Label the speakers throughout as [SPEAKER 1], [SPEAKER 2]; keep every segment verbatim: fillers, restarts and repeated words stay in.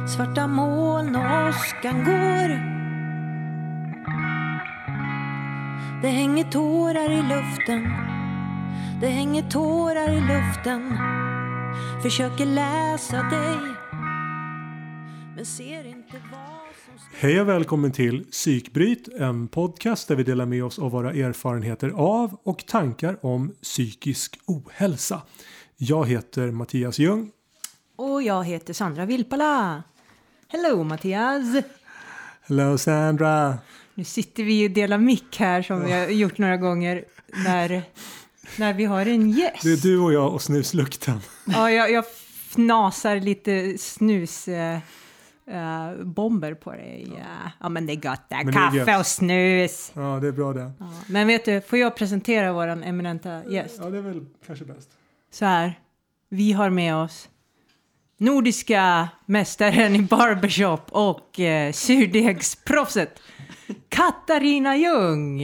[SPEAKER 1] Svarta moln och åskan går. Det hänger tårar i luften. Det hänger tårar i luften. Försöker läsa dig, men ser inte vad som står.
[SPEAKER 2] Hej och välkommen till Psykbryt, en podcast där vi delar med oss av våra erfarenheter av och tankar om psykisk ohälsa. Jag heter Mattias Ljung.
[SPEAKER 1] Och jag heter Sandra Vilpala. Hello Mattias.
[SPEAKER 2] Hello Sandra.
[SPEAKER 1] Nu sitter vi och delar mick här som vi har gjort några gånger när, när vi har en gäst.
[SPEAKER 2] Det är du och jag och snuslukten.
[SPEAKER 1] Ja, jag, jag fnasar lite snus... Eh, Uh, bomber på dig. Ja. ja, men det är gott där. Kaffe och snus.
[SPEAKER 2] Ja, det är bra det.
[SPEAKER 1] Ja. Men vet du, får jag presentera våran eminenta gäst?
[SPEAKER 2] Ja, det är väl kanske bäst.
[SPEAKER 1] Så här, vi har med oss nordiska mästaren i barbershop och uh, surdegsproffset Katarina Ljung.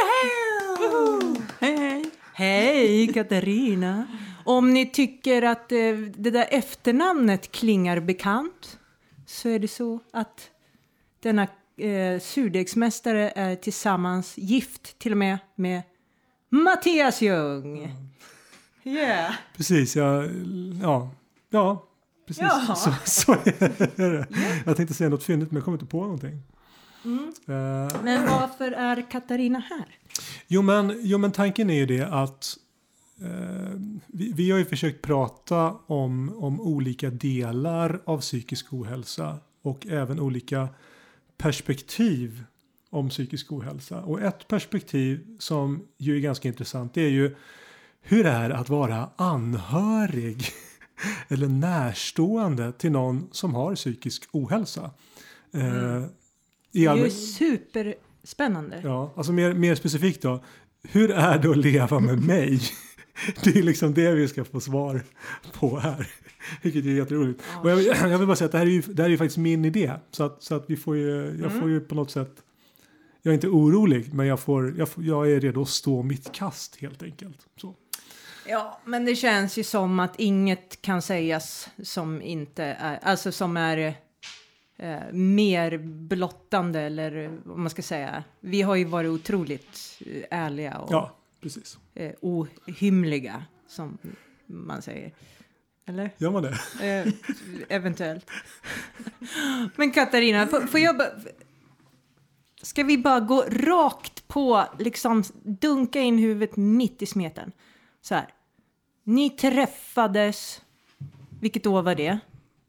[SPEAKER 1] Woho! Hej, hej. Hej Katarina. Om ni tycker att uh, det där efternamnet klingar bekant, så är det så att denna eh, surdegsmästare är tillsammans gift till och med med Mattias Ljung. Yeah.
[SPEAKER 2] Precis, ja, ja, ja precis.
[SPEAKER 1] Ja.
[SPEAKER 2] Så, så är det. Jag tänkte säga något fyndigt men jag kommer inte på någonting.
[SPEAKER 1] Mm.
[SPEAKER 2] Uh,
[SPEAKER 1] Men varför är Katarina här?
[SPEAKER 2] Jo men, jo, men tanken är ju det att uh, vi, vi har ju försökt prata om, om olika delar av psykisk ohälsa och även olika perspektiv om psykisk ohälsa. Och ett perspektiv som ju är ganska intressant, det är ju hur det är att vara anhörig eller närstående till någon som har psykisk ohälsa.
[SPEAKER 1] Mm.
[SPEAKER 2] Uh,
[SPEAKER 1] Det är ju superspännande.
[SPEAKER 2] Ja, alltså mer, mer specifikt då. Hur är det att leva med mig? Det är liksom det vi ska få svar på här. Vilket är jätteroligt.
[SPEAKER 1] Ja,
[SPEAKER 2] och jag, jag vill bara säga att det här är ju, det här är ju faktiskt min idé. Så att, så att vi får ju, jag
[SPEAKER 1] mm.
[SPEAKER 2] får ju på något sätt... Jag är inte orolig, men jag, får, jag, får, jag är redo att stå mitt kast helt enkelt. Så.
[SPEAKER 1] Ja, men det känns ju som att inget kan sägas som inte är... Alltså som är... Eh, mer blottande eller vad man ska säga. Vi har ju varit otroligt eh, ärliga och
[SPEAKER 2] ja, precis.
[SPEAKER 1] Eh, ohymliga som man säger. Eller?
[SPEAKER 2] Gör man det?
[SPEAKER 1] Eh, eventuellt. Men Katarina, får, får jag bara... Ska vi bara gå rakt på, liksom dunka in huvudet mitt i smeten? Så här. Ni träffades, vilket år var det?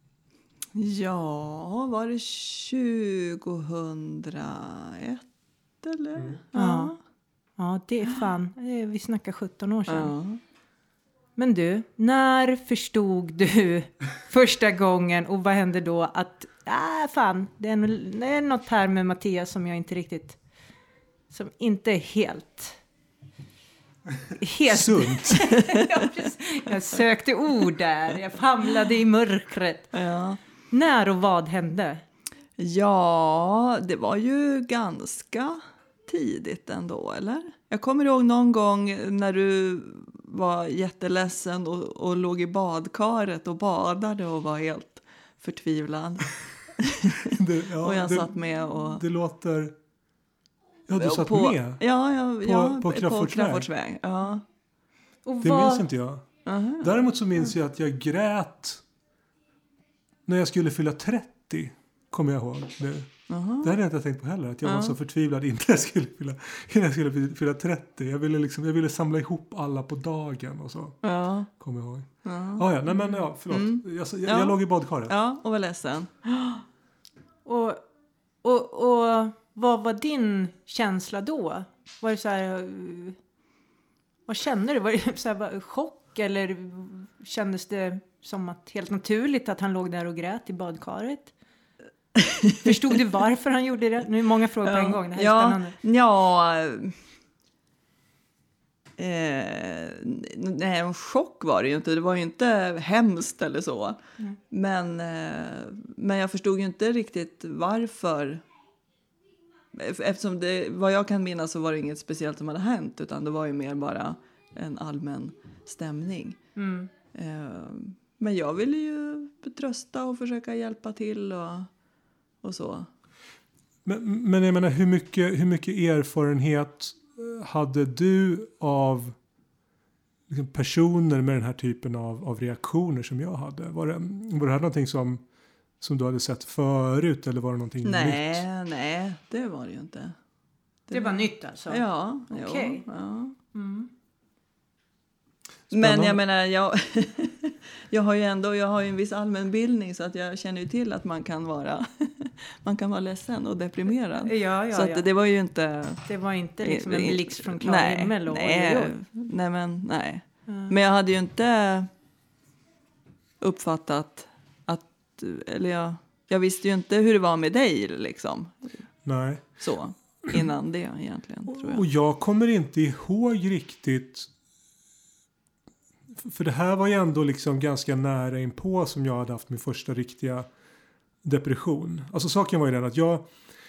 [SPEAKER 3] Ja, var det tjugohundraett eller?
[SPEAKER 2] Mm.
[SPEAKER 1] Ja. Ja, det är fan. Vi snackar sjutton år sedan.
[SPEAKER 3] Ja.
[SPEAKER 1] Men du, när förstod du första gången och vad hände då att, äh, fan, det är, no- det är något här med Mattias som jag inte riktigt, som inte är helt... Helt
[SPEAKER 2] Sunt.
[SPEAKER 1] jag, jag sökte ord där, jag famlade i mörkret.
[SPEAKER 3] Ja.
[SPEAKER 1] När och vad hände?
[SPEAKER 3] Ja, det var ju ganska tidigt ändå, eller? Jag kommer ihåg någon gång när du var jätteledsen och, och låg i badkaret och badade och var helt förtvivlad.
[SPEAKER 2] Det, ja,
[SPEAKER 3] och jag
[SPEAKER 2] det,
[SPEAKER 3] satt med och...
[SPEAKER 2] Det låter... Ja, du satt
[SPEAKER 3] på,
[SPEAKER 2] med?
[SPEAKER 3] Ja, ja,
[SPEAKER 2] på,
[SPEAKER 3] ja
[SPEAKER 2] på Kraffordsväg?
[SPEAKER 3] Kraffordsväg, ja.
[SPEAKER 1] Och
[SPEAKER 2] Det
[SPEAKER 1] vad...
[SPEAKER 2] minns inte jag.
[SPEAKER 3] Uh-huh.
[SPEAKER 2] Däremot så minns jag att jag grät när jag skulle fylla trettio. Kommer jag ihåg nu.
[SPEAKER 3] Uh-huh.
[SPEAKER 2] Det hade jag inte tänkt på heller. Att jag
[SPEAKER 3] uh-huh.
[SPEAKER 2] var så förtvivlad innan jag skulle fylla, innan jag skulle fylla trettio. Jag ville, liksom, jag ville samla ihop alla på dagen och så.
[SPEAKER 3] Ja.
[SPEAKER 2] Kommer jag ihåg.
[SPEAKER 3] Uh-huh.
[SPEAKER 2] Ah, ja, nej men ja, förlåt.
[SPEAKER 3] Mm.
[SPEAKER 2] Jag, jag,
[SPEAKER 3] Ja.
[SPEAKER 2] jag låg i badkaret.
[SPEAKER 3] Ja, och var ledsen.
[SPEAKER 1] Och, och, och vad var din känsla då? Var det så här... uh, Vad kände du? Var det så här, var chock? Eller kändes det som att helt naturligt att han låg där och grät i badkaret? Förstod du varför han gjorde det? Nu är många frågor på en gång. Det här är
[SPEAKER 3] ja,
[SPEAKER 1] spännande.
[SPEAKER 3] Ja... Eh, nej, en chock var det ju inte. Det var ju inte hemskt eller så.
[SPEAKER 1] Mm.
[SPEAKER 3] Men, eh, men jag förstod ju inte riktigt varför. Eftersom det, vad jag kan minnas så var det inget speciellt som hade hänt. Utan det var ju mer bara en allmän stämning.
[SPEAKER 1] Mm.
[SPEAKER 3] Eh, men jag ville ju trösta och försöka hjälpa till och, och så.
[SPEAKER 2] Men, men jag menar, hur mycket, hur mycket erfarenhet hade du av liksom, personer med den här typen av, av reaktioner som jag hade? Var det, var det här någonting som, som du hade sett förut eller var det någonting
[SPEAKER 3] nej,
[SPEAKER 2] nytt?
[SPEAKER 3] Nej, det var det ju inte.
[SPEAKER 1] Det, det var nytt alltså?
[SPEAKER 3] Ja,
[SPEAKER 1] okay.
[SPEAKER 3] jo, ja.
[SPEAKER 1] Mm.
[SPEAKER 3] Men jag menar, jag, jag har ju ändå jag har ju en viss allmänbildning så att jag känner ju till att man kan vara man kan vara ledsen och deprimerad.
[SPEAKER 1] Ja, ja,
[SPEAKER 3] så att
[SPEAKER 1] ja.
[SPEAKER 3] det var ju inte
[SPEAKER 1] det var inte liksom en blixt från klar
[SPEAKER 3] nej,
[SPEAKER 1] himmel och
[SPEAKER 3] nej, nej men nej.
[SPEAKER 1] Mm.
[SPEAKER 3] Men jag hade ju inte uppfattat att eller jag jag visste ju inte hur det var med dig liksom.
[SPEAKER 2] Nej.
[SPEAKER 3] Så innan det egentligen tror jag.
[SPEAKER 2] Och jag kommer inte ihåg riktigt. För det här var ju ändå liksom ganska nära inpå som jag hade haft min första riktiga depression. Alltså saken var ju den att jag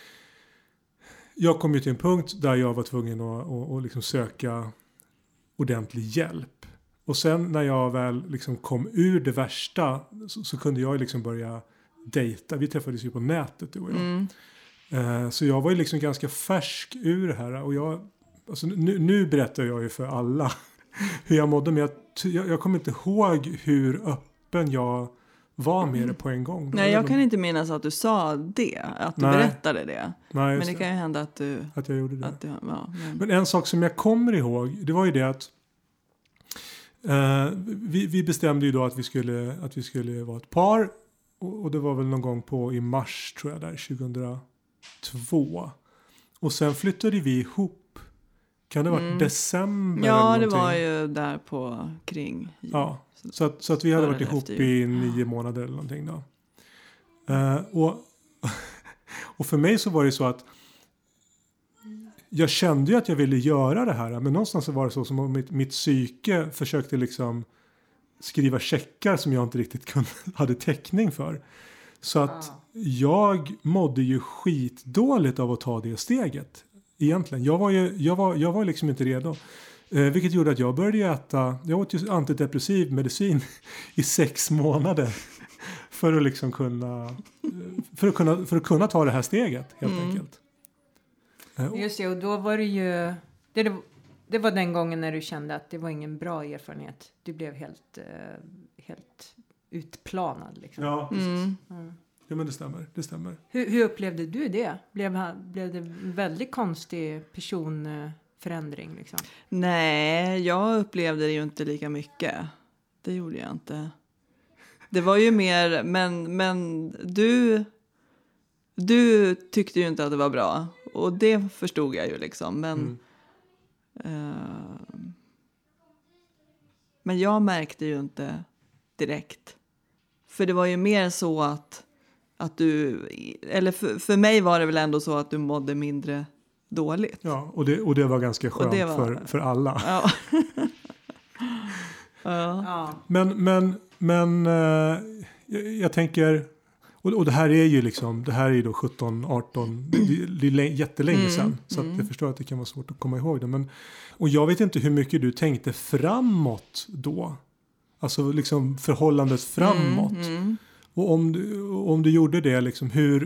[SPEAKER 2] jag kom ju till en punkt där jag var tvungen att, att, att liksom söka ordentlig hjälp. Och sen när jag väl liksom kom ur det värsta så, så kunde jag liksom börja dejta. Vi träffades ju på nätet du och jag.
[SPEAKER 3] Mm.
[SPEAKER 2] Uh, så jag var ju liksom ganska färsk ur det här. Och jag, alltså nu, nu berättar jag ju för alla hur jag mådde. Men jag, jag, jag kommer inte ihåg hur öppen jag var med det på en gång.
[SPEAKER 3] Nej, jag kan inte minnas att du sa det. Att du
[SPEAKER 2] Nej.
[SPEAKER 3] berättade det.
[SPEAKER 2] Nej,
[SPEAKER 3] men det kan ju hända att du...
[SPEAKER 2] Att jag gjorde det.
[SPEAKER 3] Att du, ja, men...
[SPEAKER 2] men en sak som jag kommer ihåg. Det var ju det att. Uh, vi, vi bestämde ju då att vi skulle, att vi skulle vara ett par. Och, och det var väl någon gång på i mars tror jag där. tjugohundratvå. Och sen flyttade vi ihop. Kan det ha varit
[SPEAKER 3] mm.
[SPEAKER 2] december
[SPEAKER 3] ja,
[SPEAKER 2] eller
[SPEAKER 3] det var
[SPEAKER 2] någonting?
[SPEAKER 3] ju där på kring.
[SPEAKER 2] Ja, så att, så att vi hade varit ihop
[SPEAKER 3] efter.
[SPEAKER 2] i nio månader eller någonting då. Uh, och, och för mig så var det så att jag kände ju att jag ville göra det här. Men någonstans så var det så som om mitt, mitt psyke försökte liksom skriva checkar som jag inte riktigt kunde, hade täckning för. Så att
[SPEAKER 1] Ah.
[SPEAKER 2] jag mådde ju skitdåligt av att ta det steget. Egentligen. Jag var ju jag var, jag var liksom inte redo. Eh, vilket gjorde att jag började äta. Jag åt ju antidepressiv medicin i sex månader. För att liksom kunna. För att kunna, för att kunna ta det här steget helt
[SPEAKER 3] Mm.
[SPEAKER 2] enkelt. Eh,
[SPEAKER 1] Just det, och då var det ju... Det, det var den gången när du kände att det var ingen bra erfarenhet. Du blev helt, eh, helt utplanad liksom.
[SPEAKER 2] Ja, precis.
[SPEAKER 3] Mm.
[SPEAKER 1] Mm.
[SPEAKER 2] Ja, men det stämmer. Det stämmer.
[SPEAKER 1] Hur, hur upplevde du det? Blev, han- blev det en väldigt konstig personförändring liksom?
[SPEAKER 3] Nej, jag upplevde det ju inte lika mycket. Det gjorde jag inte. Det var ju mer, men, men du, du tyckte ju inte att det var bra. Och det förstod jag ju liksom. Men,
[SPEAKER 2] Mm.
[SPEAKER 3] eh, men jag märkte ju inte direkt. För det var ju mer så att, att du, eller för, för mig var det väl ändå så att du mådde mindre dåligt.
[SPEAKER 2] Ja, och det, och det var ganska skönt
[SPEAKER 3] det var-
[SPEAKER 2] för, för alla.
[SPEAKER 3] Ja. ja.
[SPEAKER 1] Ja.
[SPEAKER 2] Men, men, men eh, jag, jag tänker, och, och det här är ju liksom, det här är ju då sjutton, arton, det, det är lä- jättelänge
[SPEAKER 3] Mm,
[SPEAKER 2] sedan. Så att
[SPEAKER 3] mm.
[SPEAKER 2] jag förstår att det kan vara svårt att komma ihåg det. Men, och jag vet inte hur mycket du tänkte framåt då. Alltså liksom förhållandet framåt.
[SPEAKER 3] Mm, mm.
[SPEAKER 2] Och om du, om du gjorde det, liksom hur...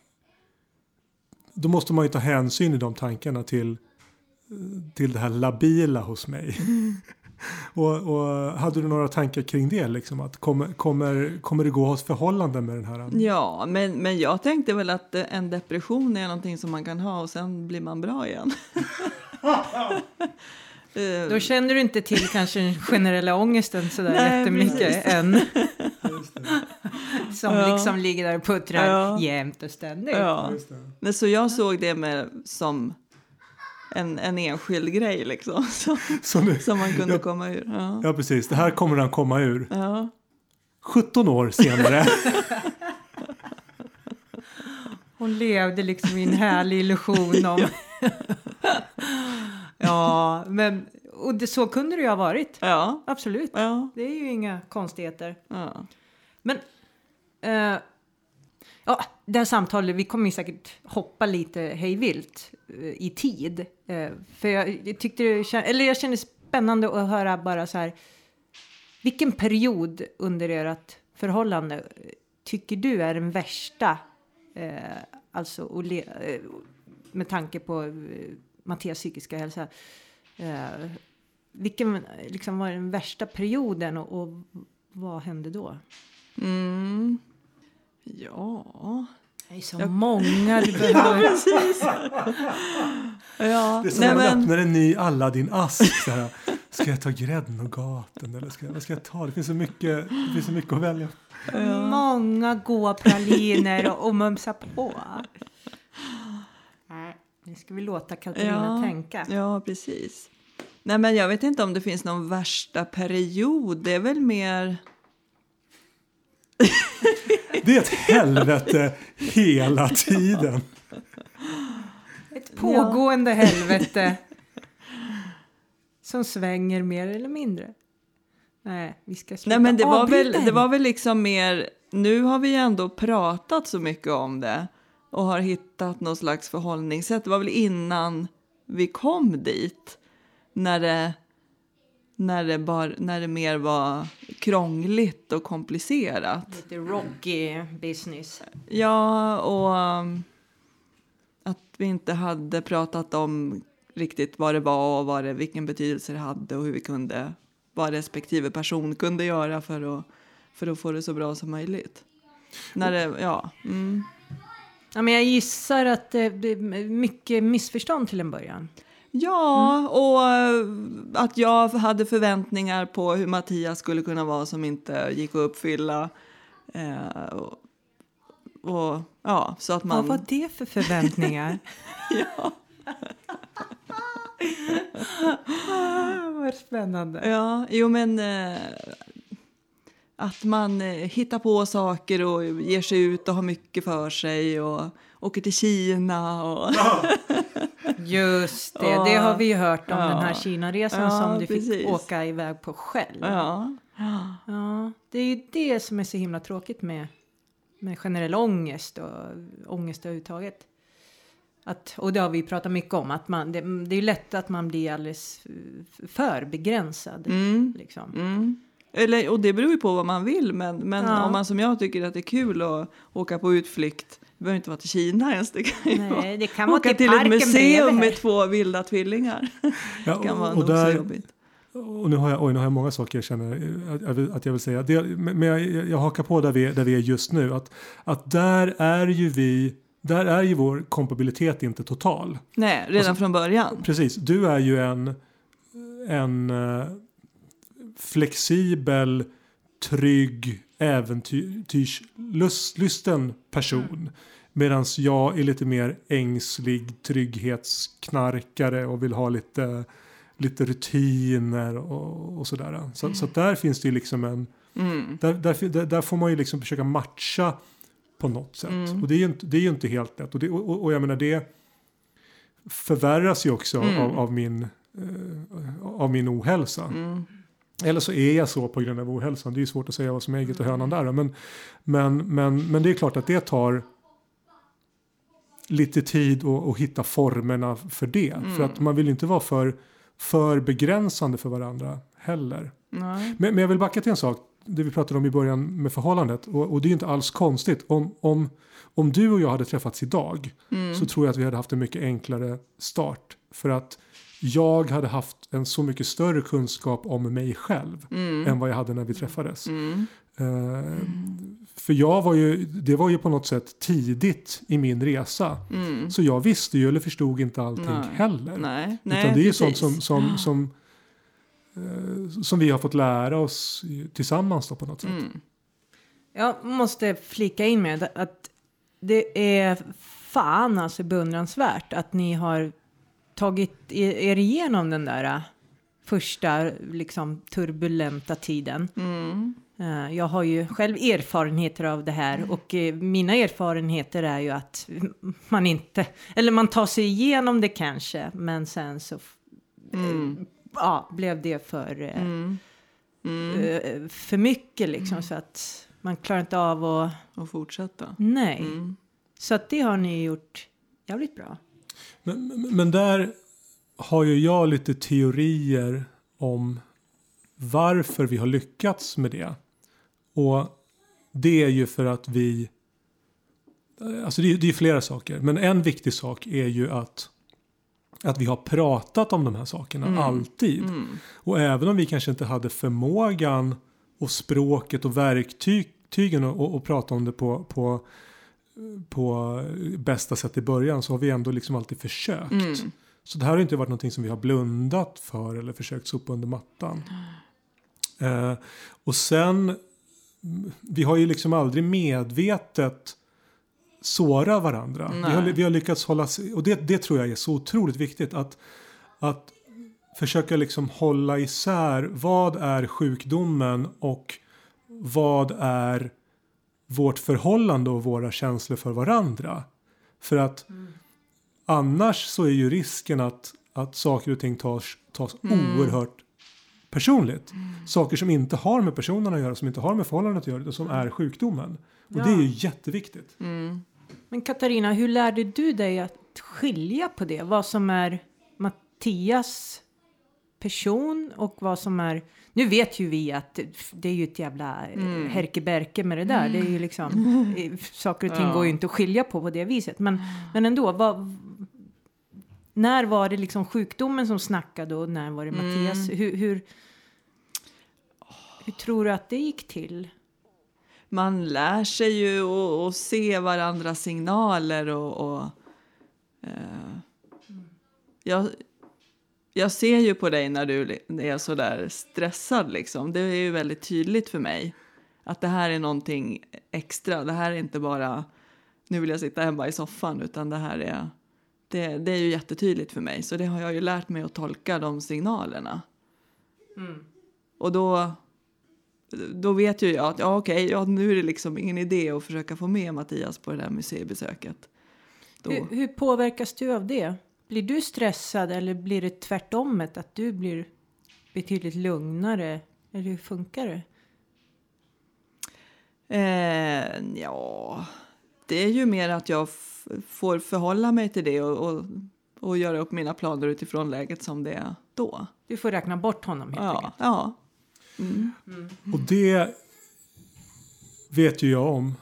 [SPEAKER 2] Då måste man ju ta hänsyn i de tankarna till, till det här labila hos mig. och, och hade du några tankar kring det? Liksom, att kommer, kommer, kommer det gå hos förhållanden med den här?
[SPEAKER 3] Ja, men, men jag tänkte väl att eh, en depression är någonting som man kan ha och sen blir man bra igen. Eh,
[SPEAKER 1] Då känner du inte till kanske den generella ångesten sådär
[SPEAKER 3] Nej,
[SPEAKER 1] jättemycket
[SPEAKER 3] precis.
[SPEAKER 1] än. Som
[SPEAKER 3] Ja.
[SPEAKER 1] liksom ligger där och puttrar
[SPEAKER 3] Ja.
[SPEAKER 1] jämt och ständigt.
[SPEAKER 3] ja.
[SPEAKER 2] Just det.
[SPEAKER 3] Men så jag såg det med, som en, en enskild grej liksom. Som,
[SPEAKER 2] Så nu,
[SPEAKER 3] som man kunde
[SPEAKER 2] ja,
[SPEAKER 3] komma ur. Ja.
[SPEAKER 2] ja, precis. Det här kommer han komma ur.
[SPEAKER 3] Ja.
[SPEAKER 2] sjutton år senare.
[SPEAKER 1] Hon levde liksom i en härlig illusion om... ja, men... Och det, så kunde det ju ha varit.
[SPEAKER 3] Ja.
[SPEAKER 1] Absolut.
[SPEAKER 3] Ja.
[SPEAKER 1] Det är ju inga konstigheter.
[SPEAKER 3] Ja.
[SPEAKER 1] Men... Eh, ja, det här samtalet, vi kommer ju säkert hoppa lite hejvilt eh, i tid. Eh, för jag, jag tyckte det kän- eller jag kände spännande att höra bara så här. Vilken period under ert förhållande tycker du är den värsta? Eh, alltså och le, eh, med tanke på eh, Mattias psykiska hälsa. Eh, vilken liksom var den värsta perioden och, och vad hände då?
[SPEAKER 3] Mm. Ja...
[SPEAKER 1] Det är så jag... många du behöver.
[SPEAKER 3] Ja, precis. Ja.
[SPEAKER 2] Det är som att man öppnar en ny Aladdin-ask. Så här, ska jag ta grädden och gaten? Eller ska, vad ska jag ta? Det finns så mycket, det finns så mycket att välja.
[SPEAKER 1] Ja. Många goda praliner och, och mumsa på. Nej, nu ska vi låta Katarina
[SPEAKER 3] ja.
[SPEAKER 1] tänka.
[SPEAKER 3] Ja, precis. Nej, men jag vet inte om det finns någon värsta period. Det är väl mer...
[SPEAKER 2] Det är ett helvete hela tiden.
[SPEAKER 1] Ett pågående ja. helvete. Som svänger mer eller mindre. Nej, vi ska sluta.
[SPEAKER 3] Nej, men det var, väl, det var väl liksom mer... Nu har vi ändå pratat så mycket om det. Och har hittat någon slags förhållningssätt. Det var väl innan vi kom dit. När det... När det, bara, när det mer var krångligt och komplicerat.
[SPEAKER 1] Lite rocky business.
[SPEAKER 3] Ja, och um, att vi inte hade pratat om riktigt vad det var och vad det, vilken betydelse det hade och hur vi kunde, vad respektive person kunde göra för att, för att få det så bra som möjligt. När det, ja. Mm.
[SPEAKER 1] Ja, men jag gissar att det är mycket missförstånd till en början.
[SPEAKER 3] Ja, mm. och att jag hade förväntningar på hur Mattias skulle kunna vara som inte gick att uppfylla. Eh, och, och ja, så att man...
[SPEAKER 1] Vad var det för förväntningar?
[SPEAKER 3] ja.
[SPEAKER 1] ah, vad spännande.
[SPEAKER 3] Ja, jo men... Eh, att man eh, hittar på saker och ger sig ut och har mycket för sig och åker till Kina och...
[SPEAKER 2] Ja.
[SPEAKER 1] Just det, det har vi ju hört om
[SPEAKER 3] ja.
[SPEAKER 1] den här Kina-resan
[SPEAKER 3] ja,
[SPEAKER 1] som du
[SPEAKER 3] precis.
[SPEAKER 1] fick åka iväg på själv.
[SPEAKER 3] Ja.
[SPEAKER 1] Ja, det är ju det som är så himla tråkigt med, med generell ångest och ångest överhuvudtaget. Att, och det har vi pratat mycket om, att man, det, det är lätt att man blir alldeles för begränsad.
[SPEAKER 3] Mm.
[SPEAKER 1] Liksom.
[SPEAKER 3] Mm. Eller, och det beror ju på vad man vill, men, men ja. om man som jag tycker att det är kul att åka på utflykt, det behöver inte vara till Kina ens, det kan ju
[SPEAKER 1] Nej,
[SPEAKER 3] vara,
[SPEAKER 1] det kan vara
[SPEAKER 3] åka
[SPEAKER 1] till,
[SPEAKER 3] till ett museum
[SPEAKER 1] med
[SPEAKER 3] två vilda tvillingar.
[SPEAKER 2] Ja,
[SPEAKER 3] det kan vara
[SPEAKER 2] och
[SPEAKER 3] nog
[SPEAKER 2] där,
[SPEAKER 3] så jobbigt.
[SPEAKER 2] Och nu har jag, oj, nu har jag många saker jag känner att jag vill, att jag vill säga. Det, men jag, jag hakar på där vi, där vi är just nu. Att, att där är ju vi, där är ju vår kompabilitet inte total.
[SPEAKER 3] Nej, redan alltså, från början.
[SPEAKER 2] Precis, du är ju en, en uh, flexibel, trygg, äventyrslysten person. Mm. Medan jag är lite mer ängslig, trygghetsknarkare och vill ha lite, lite rutiner och, och sådär. Så, mm. så där finns det ju liksom en... Mm. Där, där, där får man ju liksom försöka matcha på något sätt. Mm. Och det är ju inte, det är ju inte helt lätt. Och, det, och, och jag menar det förvärras ju också mm. av, av, min, uh, av min ohälsa. Mm. Eller så är jag så på grund av ohälsan. Det är ju svårt att säga vad som är ägget och hönan där. Men, men, men, men det är klart att det tar lite tid att, att hitta formerna för det. Mm. För att man vill inte vara för, för begränsande för varandra heller. Mm. Men, men jag vill backa till en sak. Det vi pratade om i början med förhållandet. Och, och det är inte alls konstigt. Om, om, om du och jag hade träffats idag mm. så tror jag att vi hade haft en mycket enklare start. För att jag hade haft en så mycket större kunskap om mig själv mm. än vad jag hade när vi träffades. Mm. Uh, mm. För jag var ju, det var ju på något sätt tidigt i min resa. Mm. Så jag visste ju eller förstod inte allting Nej. heller. Nej. Nej, Utan det är ju sånt som, som, som, uh, som vi har fått lära oss tillsammans då på något sätt. Mm.
[SPEAKER 1] Jag måste flika in med att det är fan alltså beundransvärt att ni har tagit er igenom den där första liksom turbulenta tiden. Mm. Uh, jag har ju själv erfarenheter av det här mm. och uh, mina erfarenheter är ju att man inte, eller man tar sig igenom det kanske, men sen så mm. uh, ja, blev det för uh, mm. Mm. Uh, för mycket liksom mm. så att man klarar inte av att
[SPEAKER 3] och fortsätta.
[SPEAKER 1] Nej. Mm. Så att det har ni gjort jävligt bra.
[SPEAKER 2] Men, men, men där har ju jag lite teorier om varför vi har lyckats med det. Och det är ju för att vi, alltså det är, det är flera saker, men en viktig sak är ju att att vi har pratat om de här sakerna mm. alltid. Mm. Och även om vi kanske inte hade förmågan och språket och verktygen och, och prata om det på, på, på bästa sätt i början, så har vi ändå liksom alltid försökt. Mm. Så det här har inte varit någonting som vi har blundat för eller försökt sopa under mattan. Mm. Eh, och sen, vi har ju liksom aldrig medvetet såra varandra. Vi har, vi har lyckats hålla, och det, det tror jag är så otroligt viktigt, att, att försöka liksom hålla isär vad är sjukdomen och vad är vårt förhållande och våra känslor för varandra. För att mm. annars så är ju risken att, att saker och ting tas, tas mm. oerhört personligt. Mm. Saker som inte har med personerna att göra, som inte har med förhållandet att göra, utan som är sjukdomen. Och ja. Det är ju jätteviktigt.
[SPEAKER 3] Mm.
[SPEAKER 1] Men Katarina, hur lärde du dig att skilja på det? Vad som är Mattias person och vad som är... Nu vet ju vi att det är ju ett jävla mm. härkeberke med det där. Mm. Det är ju liksom... Mm. Saker och ting ja. Går ju inte att skilja på på det viset. Men, men ändå, vad, när var det liksom sjukdomen som snackade och när var det Mattias? Mm. Hur, hur, hur tror du att det gick till?
[SPEAKER 3] Man lär sig ju att se varandras signaler och, och eh, jag, jag ser ju på dig när du är så där stressad liksom. Det är ju väldigt tydligt för mig att det här är någonting extra. Det här är inte bara nu vill jag sitta hemma i soffan, utan det här är det, det är ju jättetydligt för mig. Så det har jag ju lärt mig att tolka de signalerna. Mm. Och då Då vet ju jag att ja, okej, ja, nu är det liksom ingen idé att försöka få med Mattias på det där museibesöket.
[SPEAKER 1] Hur, hur påverkas du av det? Blir du stressad eller blir det tvärtom, att du blir betydligt lugnare? Eller hur funkar det?
[SPEAKER 3] Eh, ja, det är ju mer att jag f- får förhålla mig till det och, och, och göra upp mina planer utifrån läget som det är då.
[SPEAKER 1] Du får räkna bort honom helt
[SPEAKER 3] ja,
[SPEAKER 1] enkelt.
[SPEAKER 3] Ja. Mm.
[SPEAKER 2] Mm. Och det vet ju jag om.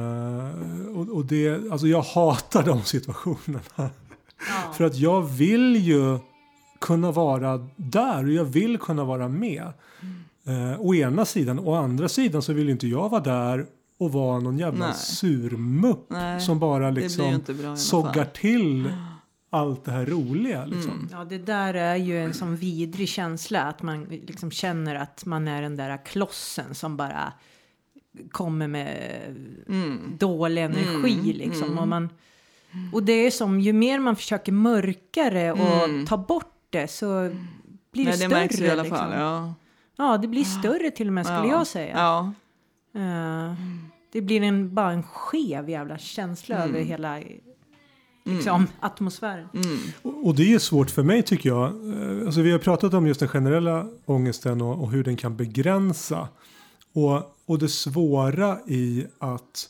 [SPEAKER 2] Uh, och, och det, alltså jag hatar de situationerna. Ja. För att jag vill ju kunna vara där och jag vill kunna vara med. Mm. Uh, å ena sidan. Å andra sidan så vill inte jag vara där och vara någon jävla Nej. surmupp Nej. som bara liksom soggar till allt det här roliga. Liksom. Mm.
[SPEAKER 1] Ja, det där är ju en sån vidrig känsla, att man liksom känner att man är den där klossen som bara kommer med mm. dålig energi. Mm. Liksom. Mm. Och, man, och det är som, ju mer man försöker mörka det och mm. ta bort det, så blir det, Nej, det större.
[SPEAKER 3] Märks i alla
[SPEAKER 1] liksom.
[SPEAKER 3] fall, ja.
[SPEAKER 1] Ja, det blir större till och med, skulle ja. jag säga.
[SPEAKER 3] Ja.
[SPEAKER 1] Uh, det blir en, bara en skev jävla känsla mm. över hela... Liksom, mm. atmosfären.
[SPEAKER 2] Mm. Och, och det är svårt för mig, tycker jag. Alltså, vi har pratat om just den generella ångesten och, och hur den kan begränsa. Och, och det svåra i att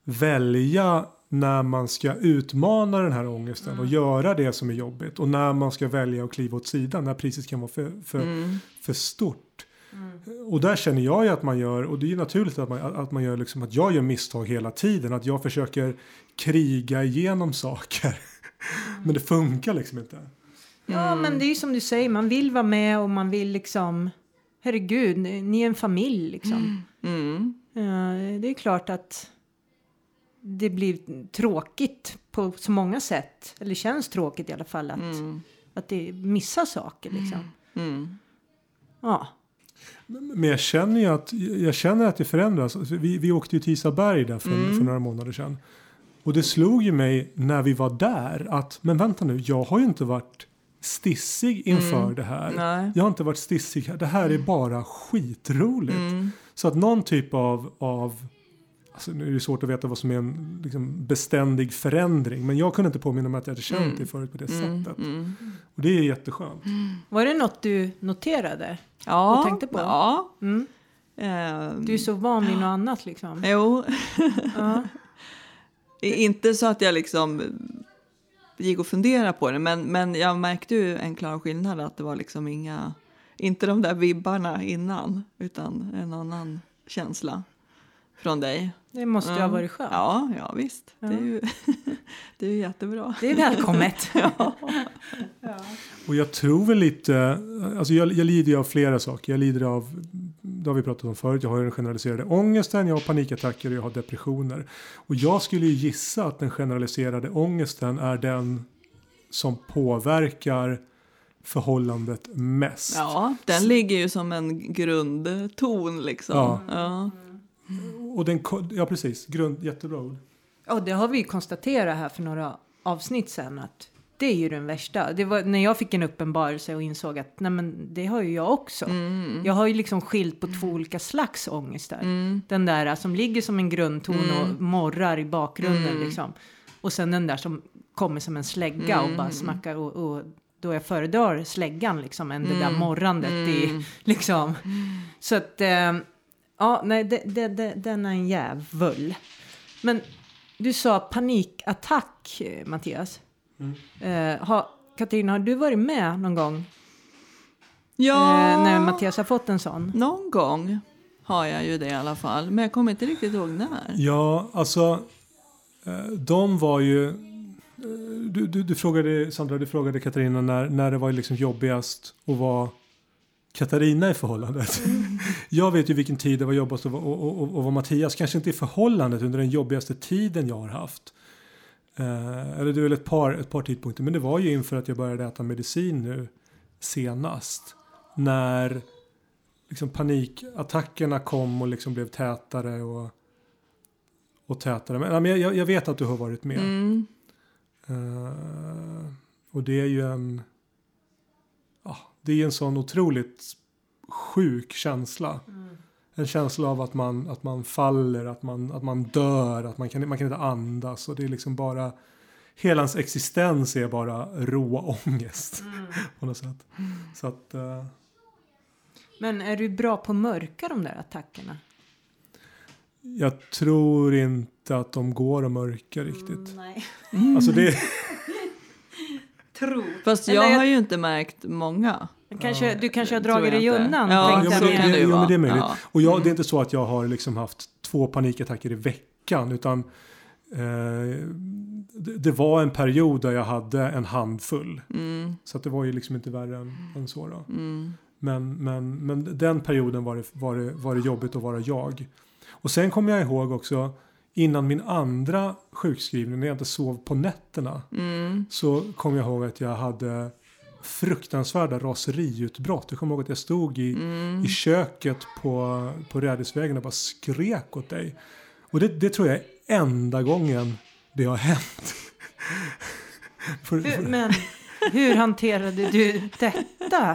[SPEAKER 2] välja när man ska utmana den här ångesten mm. och göra det som är jobbigt. Och när man ska välja att kliva åt sidan, när priset kan vara för, för, mm. för stort. Mm. Och där känner jag ju att man gör, och det är ju naturligt att man, att man gör liksom, att jag gör misstag hela tiden, att jag försöker kriga igenom saker. Mm. Men det funkar liksom inte.
[SPEAKER 1] Ja, mm. men det är ju som du säger, man vill vara med och man vill liksom, herregud, ni är en familj liksom. Mm. Uh, det är klart att det blir tråkigt på så många sätt, eller känns tråkigt i alla fall, att, mm. att det missar saker liksom. Mm. Ja.
[SPEAKER 2] Men jag känner ju att, jag känner att det förändras. Vi, vi åkte ju till Isaberg där för, mm. för några månader sedan. Och det slog ju mig när vi var där att, men vänta nu, jag har ju inte varit stissig inför mm. det här.
[SPEAKER 3] Nej.
[SPEAKER 2] Jag har inte varit stissig här. Det här är bara skitroligt. Mm. Så att någon typ av, av alltså nu är det svårt att veta vad som är en liksom, beständig förändring. Men jag kunde inte påminna mig att jag hade känt mm. det förut på det mm. sättet. Mm. Och det är jätteskönt. Mm.
[SPEAKER 1] Var det något du noterade?
[SPEAKER 3] Ja.
[SPEAKER 1] Och tänkte på?
[SPEAKER 3] Ja.
[SPEAKER 1] Mm. Um, du är så van vid något annat liksom.
[SPEAKER 3] Jo. Ja. Inte så att jag liksom gick och funderade på det. Men, men jag märkte ju en klar skillnad, att det var liksom inga, inte de där vibbarna innan, utan en annan känsla. från dig.
[SPEAKER 1] Det måste ju
[SPEAKER 3] Mm.
[SPEAKER 1] ha varit skönt.
[SPEAKER 3] Ja, ja visst.
[SPEAKER 1] Ja.
[SPEAKER 3] Det är ju det är ju jättebra.
[SPEAKER 1] Det är välkommet.
[SPEAKER 3] Ja.
[SPEAKER 2] Och jag tror väl lite, alltså jag, jag lider ju av flera saker. Jag lider av, det har vi pratat om förut, jag har ju den generaliserade ångesten, jag har panikattacker och jag har depressioner. Och jag skulle ju gissa att den generaliserade ångesten är den som påverkar förhållandet mest.
[SPEAKER 3] Ja, den ligger ju som en grundton liksom.
[SPEAKER 2] Ja.
[SPEAKER 3] Ja.
[SPEAKER 2] Och den, ja precis, grund, jättebra ord.
[SPEAKER 1] Och det har vi ju konstaterat här för några avsnitt sedan att det är ju den värsta. Det var när jag fick en uppenbarelse och insåg att nej men det har ju jag också.
[SPEAKER 3] Mm.
[SPEAKER 1] Jag har ju liksom skilt på två olika slags ångest där.
[SPEAKER 3] Mm.
[SPEAKER 1] Den där som ligger som en grundton
[SPEAKER 3] Mm.
[SPEAKER 1] och morrar i bakgrunden
[SPEAKER 3] Mm.
[SPEAKER 1] liksom. Och sen den där som kommer som en slägga
[SPEAKER 3] Mm.
[SPEAKER 1] och bara smackar och, och då jag föredrar släggan liksom än det där
[SPEAKER 3] Mm.
[SPEAKER 1] morrandet i
[SPEAKER 3] Mm.
[SPEAKER 1] liksom. Så att eh, ja, nej det, det, det, den är en jävel. Men du sa panikattack, eh, Mattias.
[SPEAKER 2] Mm.
[SPEAKER 1] Eh, har, Katarina, har du varit med någon gång
[SPEAKER 3] Ja,
[SPEAKER 1] eh, när Mattias har fått en sån?
[SPEAKER 3] någon gång har jag ju det i alla fall. Men jag kommer inte riktigt ihåg när.
[SPEAKER 2] Ja, alltså eh, de var ju, eh, du, du, du frågade, Sandra, du frågade Katarina när, när det var liksom jobbigast att vara Katarina i förhållandet. Mm. Jag vet ju vilken tid det var jobbigast att vara, och, och, och, och vara Mattias, kanske inte i förhållandet under den jobbigaste tiden jag har haft. Eh, eller det är väl ett par, ett par tidpunkter, men det var ju inför att jag började äta medicin nu senast. När liksom panikattackerna kom och liksom blev tätare och, och tätare. Men, men jag, jag vet att du har varit med.
[SPEAKER 3] Mm.
[SPEAKER 2] Uh, och det är ju en ja, det är en sån otroligt sjuk känsla. Mm. En känsla av att man, att man faller, att man, att man dör, att man kan, man kan inte andas. Och det är liksom bara, hela ens existens är bara rå ångest. Mm. På något sätt. Mm. Så att, uh,
[SPEAKER 1] Men är du bra på att mörka de där attackerna?
[SPEAKER 2] Jag tror inte att de går att mörka riktigt.
[SPEAKER 1] Mm, nej.
[SPEAKER 2] Alltså det...
[SPEAKER 1] Tro.
[SPEAKER 3] Fast jag, jag har ju inte märkt många.
[SPEAKER 1] Kanske,
[SPEAKER 2] ja,
[SPEAKER 1] du kanske har dragit dig undan.
[SPEAKER 3] Ja,
[SPEAKER 2] jo,
[SPEAKER 3] så
[SPEAKER 2] men det,
[SPEAKER 3] kan det ju
[SPEAKER 2] jo,
[SPEAKER 3] vara.
[SPEAKER 2] men det är möjligt.
[SPEAKER 3] Ja.
[SPEAKER 2] Och jag,
[SPEAKER 3] Mm.
[SPEAKER 2] det är inte så att jag har liksom haft två panikattacker i veckan. Utan eh, det, det var en period där jag hade en handfull.
[SPEAKER 3] Mm.
[SPEAKER 2] Så att det var ju liksom inte värre än, än så då.
[SPEAKER 3] Mm.
[SPEAKER 2] Men, men, men den perioden var det, var, det, var det jobbigt att vara jag. Och sen kommer jag ihåg också, innan min andra sjukskrivning, när jag inte sov på nätterna,
[SPEAKER 3] Mm.
[SPEAKER 2] så kom jag ihåg att jag hade fruktansvärda raseriutbrott. Jag kommer ihåg att jag stod i,
[SPEAKER 3] Mm.
[SPEAKER 2] i köket på, på Rädisvägen och bara skrek åt dig. Och det, det tror jag är enda gången det har hänt. för, för,
[SPEAKER 1] Men hur hanterade du detta?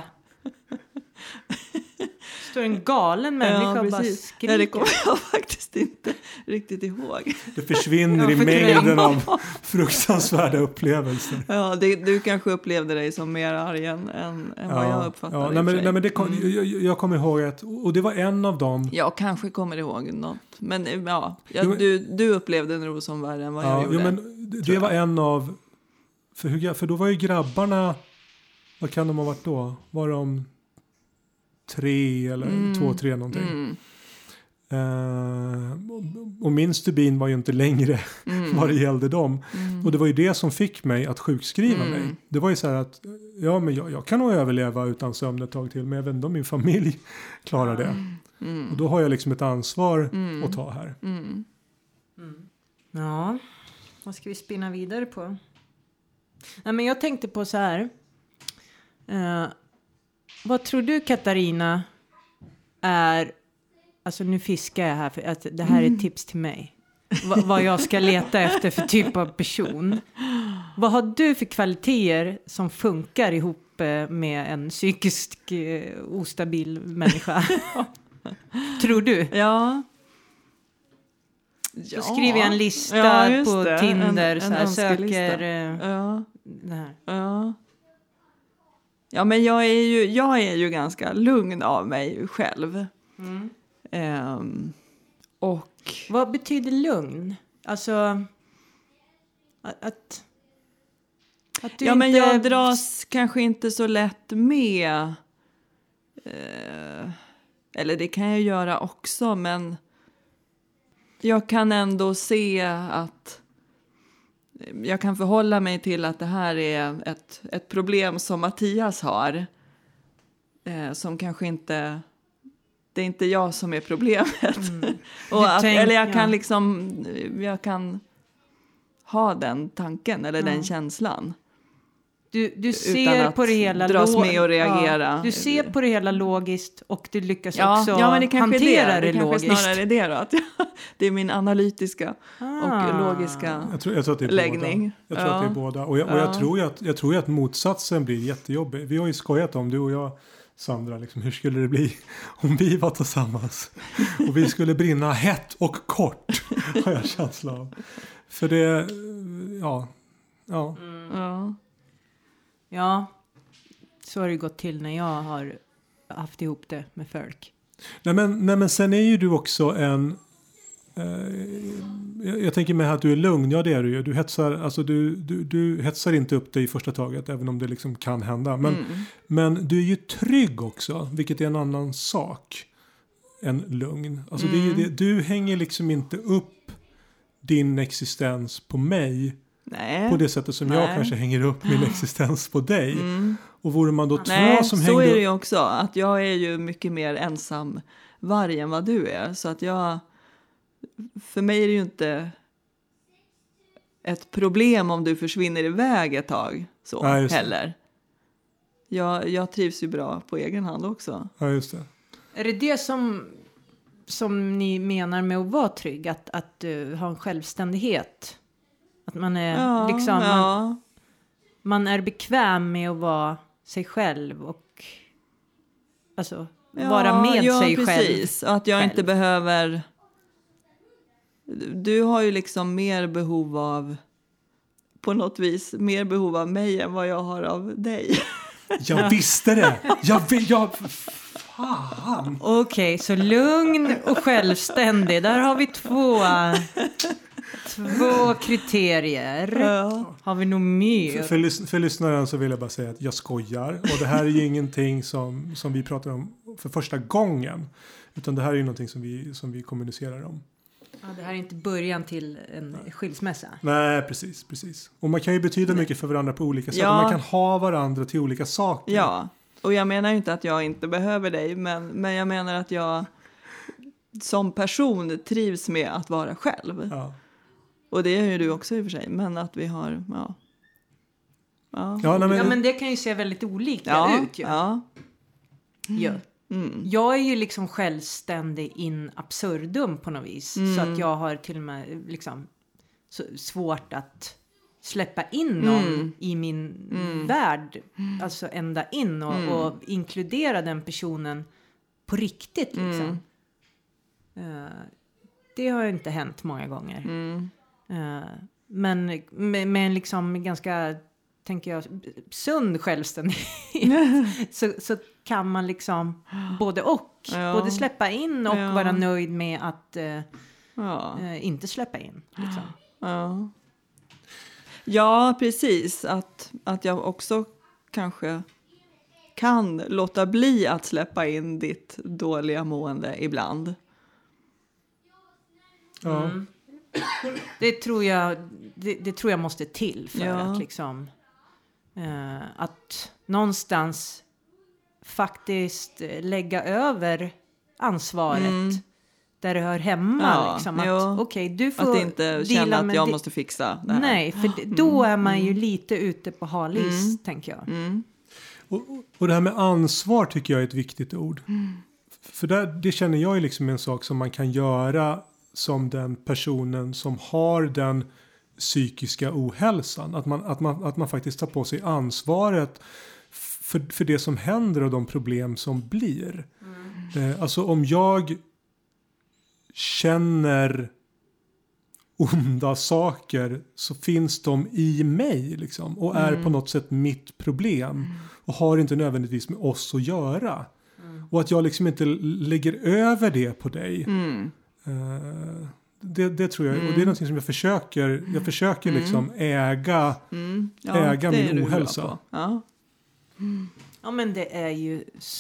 [SPEAKER 1] Står en galen människa och bara skriker.
[SPEAKER 3] Nej, det kommer jag faktiskt inte riktigt ihåg.
[SPEAKER 2] Det försvinner
[SPEAKER 1] Ja,
[SPEAKER 2] i
[SPEAKER 1] för
[SPEAKER 2] mängden av fruktansvärda upplevelser.
[SPEAKER 3] Ja, det, du kanske upplevde dig som mer arg än, än, än vad jag uppfattade.
[SPEAKER 2] Ja,
[SPEAKER 3] i
[SPEAKER 2] nej,
[SPEAKER 3] och för
[SPEAKER 2] men,
[SPEAKER 3] sig.
[SPEAKER 2] nej, men det kom,
[SPEAKER 3] Mm.
[SPEAKER 2] jag, jag kommer ihåg att, och det var en av dem.
[SPEAKER 3] Jag kanske kommer ihåg något. Men ja, jag,
[SPEAKER 2] Jo, men-
[SPEAKER 3] du, du upplevde nog som värre än vad jag
[SPEAKER 2] Ja,
[SPEAKER 3] gjorde.
[SPEAKER 2] jo, men det, det var en av, för, hur, för då var ju grabbarna, vad kan de ha varit då? Var de tre eller
[SPEAKER 3] Mm.
[SPEAKER 2] två, tre någonting?
[SPEAKER 3] Mm.
[SPEAKER 2] Uh, och, och min stubin var ju inte längre
[SPEAKER 3] Mm.
[SPEAKER 2] vad det gällde dem.
[SPEAKER 3] Mm.
[SPEAKER 2] Och det var ju det som fick mig att sjukskriva
[SPEAKER 3] Mm.
[SPEAKER 2] mig. Det var ju så här att, ja men jag, jag kan nog överleva utan sömn ett tag till, men jag vet inte om min familj klarar det.
[SPEAKER 3] Mm.
[SPEAKER 2] Och då har jag liksom ett ansvar
[SPEAKER 3] Mm.
[SPEAKER 2] att ta här.
[SPEAKER 3] Mm.
[SPEAKER 1] Ja, vad ska vi spinna vidare på? Nej, men jag tänkte på så här. Eh, vad tror du, Katarina, är... Alltså nu fiskar jag här, för att det här är ett tips till mig. Va, vad jag ska leta efter för typ av person. Vad har du för kvaliteter som funkar ihop eh, med en psykiskt eh, ostabil människa? Tror du?
[SPEAKER 3] Ja.
[SPEAKER 1] Då skriver jag en lista
[SPEAKER 3] Ja, just
[SPEAKER 1] på
[SPEAKER 3] det.
[SPEAKER 1] Tinder.
[SPEAKER 3] En-
[SPEAKER 1] så
[SPEAKER 3] en
[SPEAKER 1] här,
[SPEAKER 3] önskelista.
[SPEAKER 1] söker eh,
[SPEAKER 3] Ja.
[SPEAKER 1] det här.
[SPEAKER 3] Ja. Ja, men jag är ju, jag är ju ganska lugn av mig själv.
[SPEAKER 1] Mm.
[SPEAKER 3] Ehm, och
[SPEAKER 1] Vad betyder lugn? Alltså... Att... att, att du
[SPEAKER 3] ja, men
[SPEAKER 1] inte...
[SPEAKER 3] jag dras kanske inte så lätt med. Eh, eller det kan jag göra också, men jag kan ändå se att jag kan förhålla mig till att det här är ett, ett problem som Mattias har. Eh, som kanske inte... Det är inte jag som är problemet. Mm. Och att, tänk, eller jag kan ja. liksom... Jag kan ha den tanken eller ja. den känslan.
[SPEAKER 1] Du, du ser på det hela
[SPEAKER 3] dras med och reagera.
[SPEAKER 1] Ja, du ser på det hela logiskt och du lyckas
[SPEAKER 3] ja,
[SPEAKER 1] också
[SPEAKER 3] ja, men det hantera det,
[SPEAKER 1] det, det
[SPEAKER 3] logiskt. Det snarare det då. Att det är min analytiska ah. och logiska
[SPEAKER 2] jag tror, jag tror att det är
[SPEAKER 3] läggning.
[SPEAKER 2] Båda. Jag tror ja. att det är båda. Och jag, och jag, ja. tror att, jag tror att motsatsen blir jättejobbig. Vi har ju skojat om, du och jag, Sandra, liksom, hur skulle det bli om vi var tillsammans? Och vi skulle brinna hett och kort, har jag känsla av. För det, ja. Ja.
[SPEAKER 3] Mm. ja.
[SPEAKER 1] Ja, så har det gått till när jag har haft ihop det med folk.
[SPEAKER 2] Nej men, nej men sen är ju du också en... Eh, jag, jag tänker mig att du är lugn. Ja, det är du ju. Du hetsar, alltså du, du, du hetsar inte upp dig i första taget, även om det liksom kan hända. Men, mm. men du är ju trygg också, vilket är en annan sak än lugn. Alltså mm. det är ju det, du hänger liksom inte upp din existens på mig.
[SPEAKER 3] Nej.
[SPEAKER 2] På det sättet som Nej. jag kanske hänger upp min existens på dig. Mm. Och vore man då två
[SPEAKER 3] Nej,
[SPEAKER 2] som
[SPEAKER 3] så
[SPEAKER 2] hängde...
[SPEAKER 3] är det ju också. Att jag är ju mycket mer ensam varg än vad du är. Så att jag... För mig är det ju inte ett problem om du försvinner iväg ett tag. Så
[SPEAKER 2] Nej,
[SPEAKER 3] heller. Jag, jag trivs ju bra på egen hand också.
[SPEAKER 2] Ja, just det.
[SPEAKER 1] Är det det som, som ni menar med att vara trygg? Att, att uh, ha en självständighet? Att man är
[SPEAKER 3] ja,
[SPEAKER 1] liksom
[SPEAKER 3] ja.
[SPEAKER 1] man, man är bekväm med att vara sig själv och alltså
[SPEAKER 3] ja,
[SPEAKER 1] vara med
[SPEAKER 3] ja,
[SPEAKER 1] sig
[SPEAKER 3] precis.
[SPEAKER 1] själv.
[SPEAKER 3] Precis, att jag
[SPEAKER 1] själv.
[SPEAKER 3] inte behöver... Du har ju liksom mer behov av, på något vis, mer behov av mig än vad jag har av dig.
[SPEAKER 2] Jag visste det! Jag, jag, fan!
[SPEAKER 1] Okej, okay, så lugn och självständig. Där har vi två... Två kriterier. Ja. Har vi nog mer?
[SPEAKER 2] För, för, lys- för lyssnaren så vill jag bara säga att jag skojar. Och det här är ju ingenting som, som vi pratar om för första gången. Utan det här är ju någonting som vi, som vi kommunicerar om.
[SPEAKER 1] Ja, det här är inte början till en skilsmässa.
[SPEAKER 2] Nej, precis, precis. Och man kan ju betyda
[SPEAKER 3] Nej.
[SPEAKER 2] mycket för varandra på olika sätt.
[SPEAKER 3] Ja.
[SPEAKER 2] Man kan ha varandra till olika saker.
[SPEAKER 3] Ja, och jag menar ju inte att jag inte behöver dig. Men, men jag menar att jag som person trivs med att vara själv.
[SPEAKER 2] Ja.
[SPEAKER 3] Och det är ju du också i och för sig. Men att vi har... Ja,
[SPEAKER 1] ja. ja, nej, men... ja men det kan ju se väldigt olika
[SPEAKER 3] ja,
[SPEAKER 1] ut. Ja.
[SPEAKER 3] Ja.
[SPEAKER 1] Mm. Ja. Mm. Jag är ju liksom självständig in absurdum på något vis. Mm. Så att jag har till och med liksom svårt att släppa in någon mm. i min mm. värld. Alltså ända in och, mm. och inkludera den personen på riktigt liksom. Mm. Uh, det har inte hänt många gånger. Mm. Uh, men med, med en liksom ganska, tänker jag, sund självständighet så, så kan man liksom både och. Ja. Både släppa in och ja. vara nöjd med att uh, ja. uh, inte släppa in. Liksom.
[SPEAKER 3] Ja. ja, precis. Att, att jag också kanske kan låta bli att släppa in ditt dåliga mående ibland.
[SPEAKER 2] Ja.
[SPEAKER 1] Mm. Det tror jag det, det tror jag måste till för ja. att liksom uh, att någonstans faktiskt lägga över ansvaret mm. där det hör hemma
[SPEAKER 3] ja,
[SPEAKER 1] liksom att okej, okay, du får
[SPEAKER 3] att inte känna att jag di- måste fixa det här.
[SPEAKER 1] Nej, för mm. då är man ju lite ute på halis mm. tänker jag.
[SPEAKER 3] Mm.
[SPEAKER 2] Och, och det här med ansvar tycker jag är ett viktigt ord.
[SPEAKER 3] Mm.
[SPEAKER 2] För där, det känner jag är liksom en sak som man kan göra som den personen som har den psykiska ohälsan. Att man, att man, att man faktiskt tar på sig ansvaret för, för det som händer och de problem som blir. Mm. Eh, alltså om jag känner onda saker så finns de i mig liksom, och är mm. på något sätt mitt problem mm. och har inte nödvändigtvis med oss att göra. Mm. Och att jag liksom inte lägger över det på dig.
[SPEAKER 3] Mm.
[SPEAKER 2] Uh, det, det tror jag,
[SPEAKER 3] mm.
[SPEAKER 2] och det är något som jag försöker jag försöker mm. liksom äga
[SPEAKER 3] mm. ja,
[SPEAKER 2] äga min ohälsa.
[SPEAKER 3] Ja.
[SPEAKER 1] Mm. Ja, men det är ju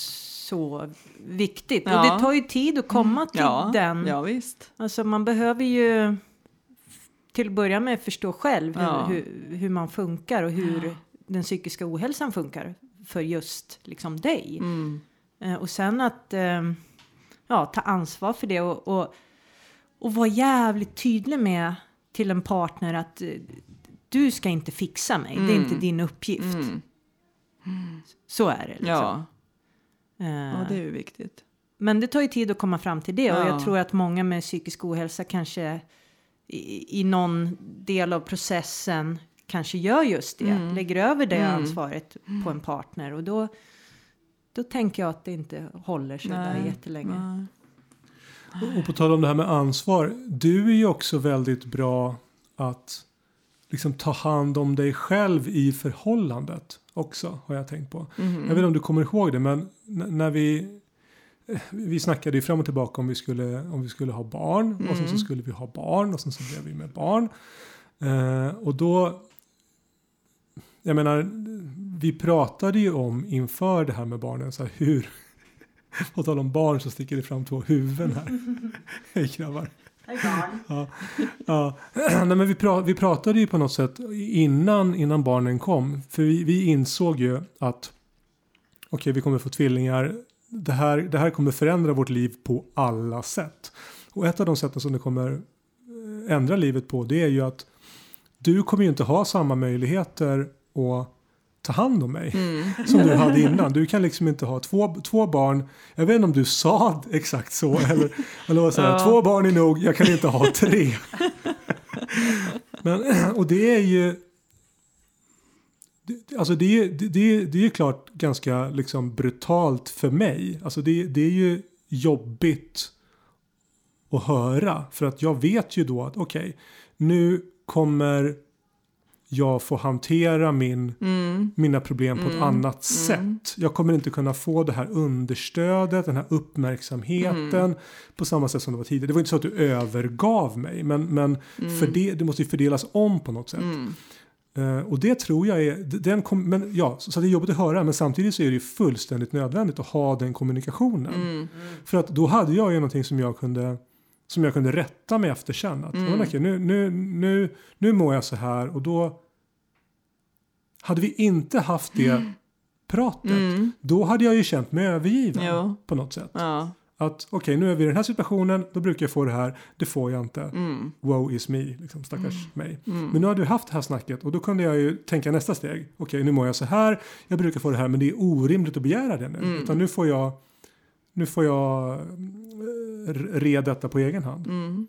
[SPEAKER 1] så viktigt.
[SPEAKER 3] Ja.
[SPEAKER 1] Och det tar ju tid att komma till
[SPEAKER 3] ja.
[SPEAKER 1] den.
[SPEAKER 3] Ja, visst.
[SPEAKER 1] Alltså man behöver ju till att börja med förstå själv hur,
[SPEAKER 3] Ja.
[SPEAKER 1] hur, hur man funkar och hur den psykiska ohälsan funkar för just liksom dig.
[SPEAKER 3] Mm.
[SPEAKER 1] Eh, och sen att eh, ja, ta ansvar för det och, och, och vara jävligt tydlig med till en partner att eh, du ska inte fixa mig.
[SPEAKER 3] Mm.
[SPEAKER 1] Det är inte din uppgift.
[SPEAKER 3] Mm.
[SPEAKER 1] Så är det liksom.
[SPEAKER 3] Ja.
[SPEAKER 1] Eh,
[SPEAKER 3] ja, det är ju viktigt.
[SPEAKER 1] Men det tar ju tid att komma fram till det. Och
[SPEAKER 3] Ja.
[SPEAKER 1] jag tror att många med psykisk ohälsa kanske i, i någon del av processen kanske gör just det.
[SPEAKER 3] Mm.
[SPEAKER 1] Lägger över det
[SPEAKER 3] Mm.
[SPEAKER 1] ansvaret på en partner. Och då, då tänker jag att det inte håller så där jättelänge.
[SPEAKER 3] Nej.
[SPEAKER 2] Och, och på tal om det här med ansvar. Du är ju också väldigt bra att liksom ta hand om dig själv i förhållandet också, har jag tänkt på.
[SPEAKER 3] Mm.
[SPEAKER 2] Jag vet inte om du kommer ihåg det, men n- när vi vi snackade ju fram och tillbaka om vi skulle, om vi skulle ha barn. Mm. Och sen så skulle vi ha barn och sen så blev vi med barn. Eh, och då, jag menar, vi pratade ju om inför det här med barnen, så här, hur, på tal om barn så sticker det fram två huvuden här. Hej grabbar.
[SPEAKER 1] Hej barn.
[SPEAKER 2] Ja, ja. Nej, men vi, pra- vi pratade ju på något sätt innan, innan barnen kom. För vi, vi insåg ju att okej, okay, vi kommer få tvillingar. Det här, det här kommer förändra vårt liv på alla sätt. Och ett av de sätten som det kommer ändra livet på, det är ju att du kommer ju inte ha samma möjligheter att ta hand om mig mm. som du hade innan. Du kan liksom inte ha två, två barn. Jag vet inte om du sa exakt så. Eller, eller vad säger, ja. Två barn är nog, jag kan inte ha tre. Men, och det är ju det, alltså det är, det, det, är, det är klart ganska liksom brutalt för mig. Alltså det, det är ju jobbigt att höra. För att jag vet ju då att okej, okay, nu kommer jag få hantera min, mm. mina problem på mm. ett annat mm. sätt. Jag kommer inte kunna få det här understödet, den här uppmärksamheten mm. på samma sätt som det var tidigare. Det var inte så att du övergav mig, men, men mm. för det, det måste ju fördelas om på något sätt. Mm. Uh, och det tror jag är, den kom, men ja, så, så det är jobbigt att höra, men samtidigt så är det ju fullständigt nödvändigt att ha den kommunikationen. Mm. Mm. För att då hade jag ju någonting som jag kunde som jag kunde rätta mig efter sen. Att, mm. okay, nu, nu, nu, nu mår jag så här. Och då hade vi inte haft det mm. pratet. Mm. Då hade jag ju känt mig övergiven jo. På något sätt. Ja. Att okej, okay, nu är vi i den här situationen. Då brukar jag få det här. Det får jag inte. Mm. Woe is me. Liksom, stackars mm. mig. Mm. Men nu har du haft det här snacket. Och då kunde jag ju tänka nästa steg. Okej, okay, nu mår jag så här. Jag brukar få det här. Men det är orimligt att begära det nu. Mm. Utan nu får jag... Nu får jag reda detta på egen hand. Mm.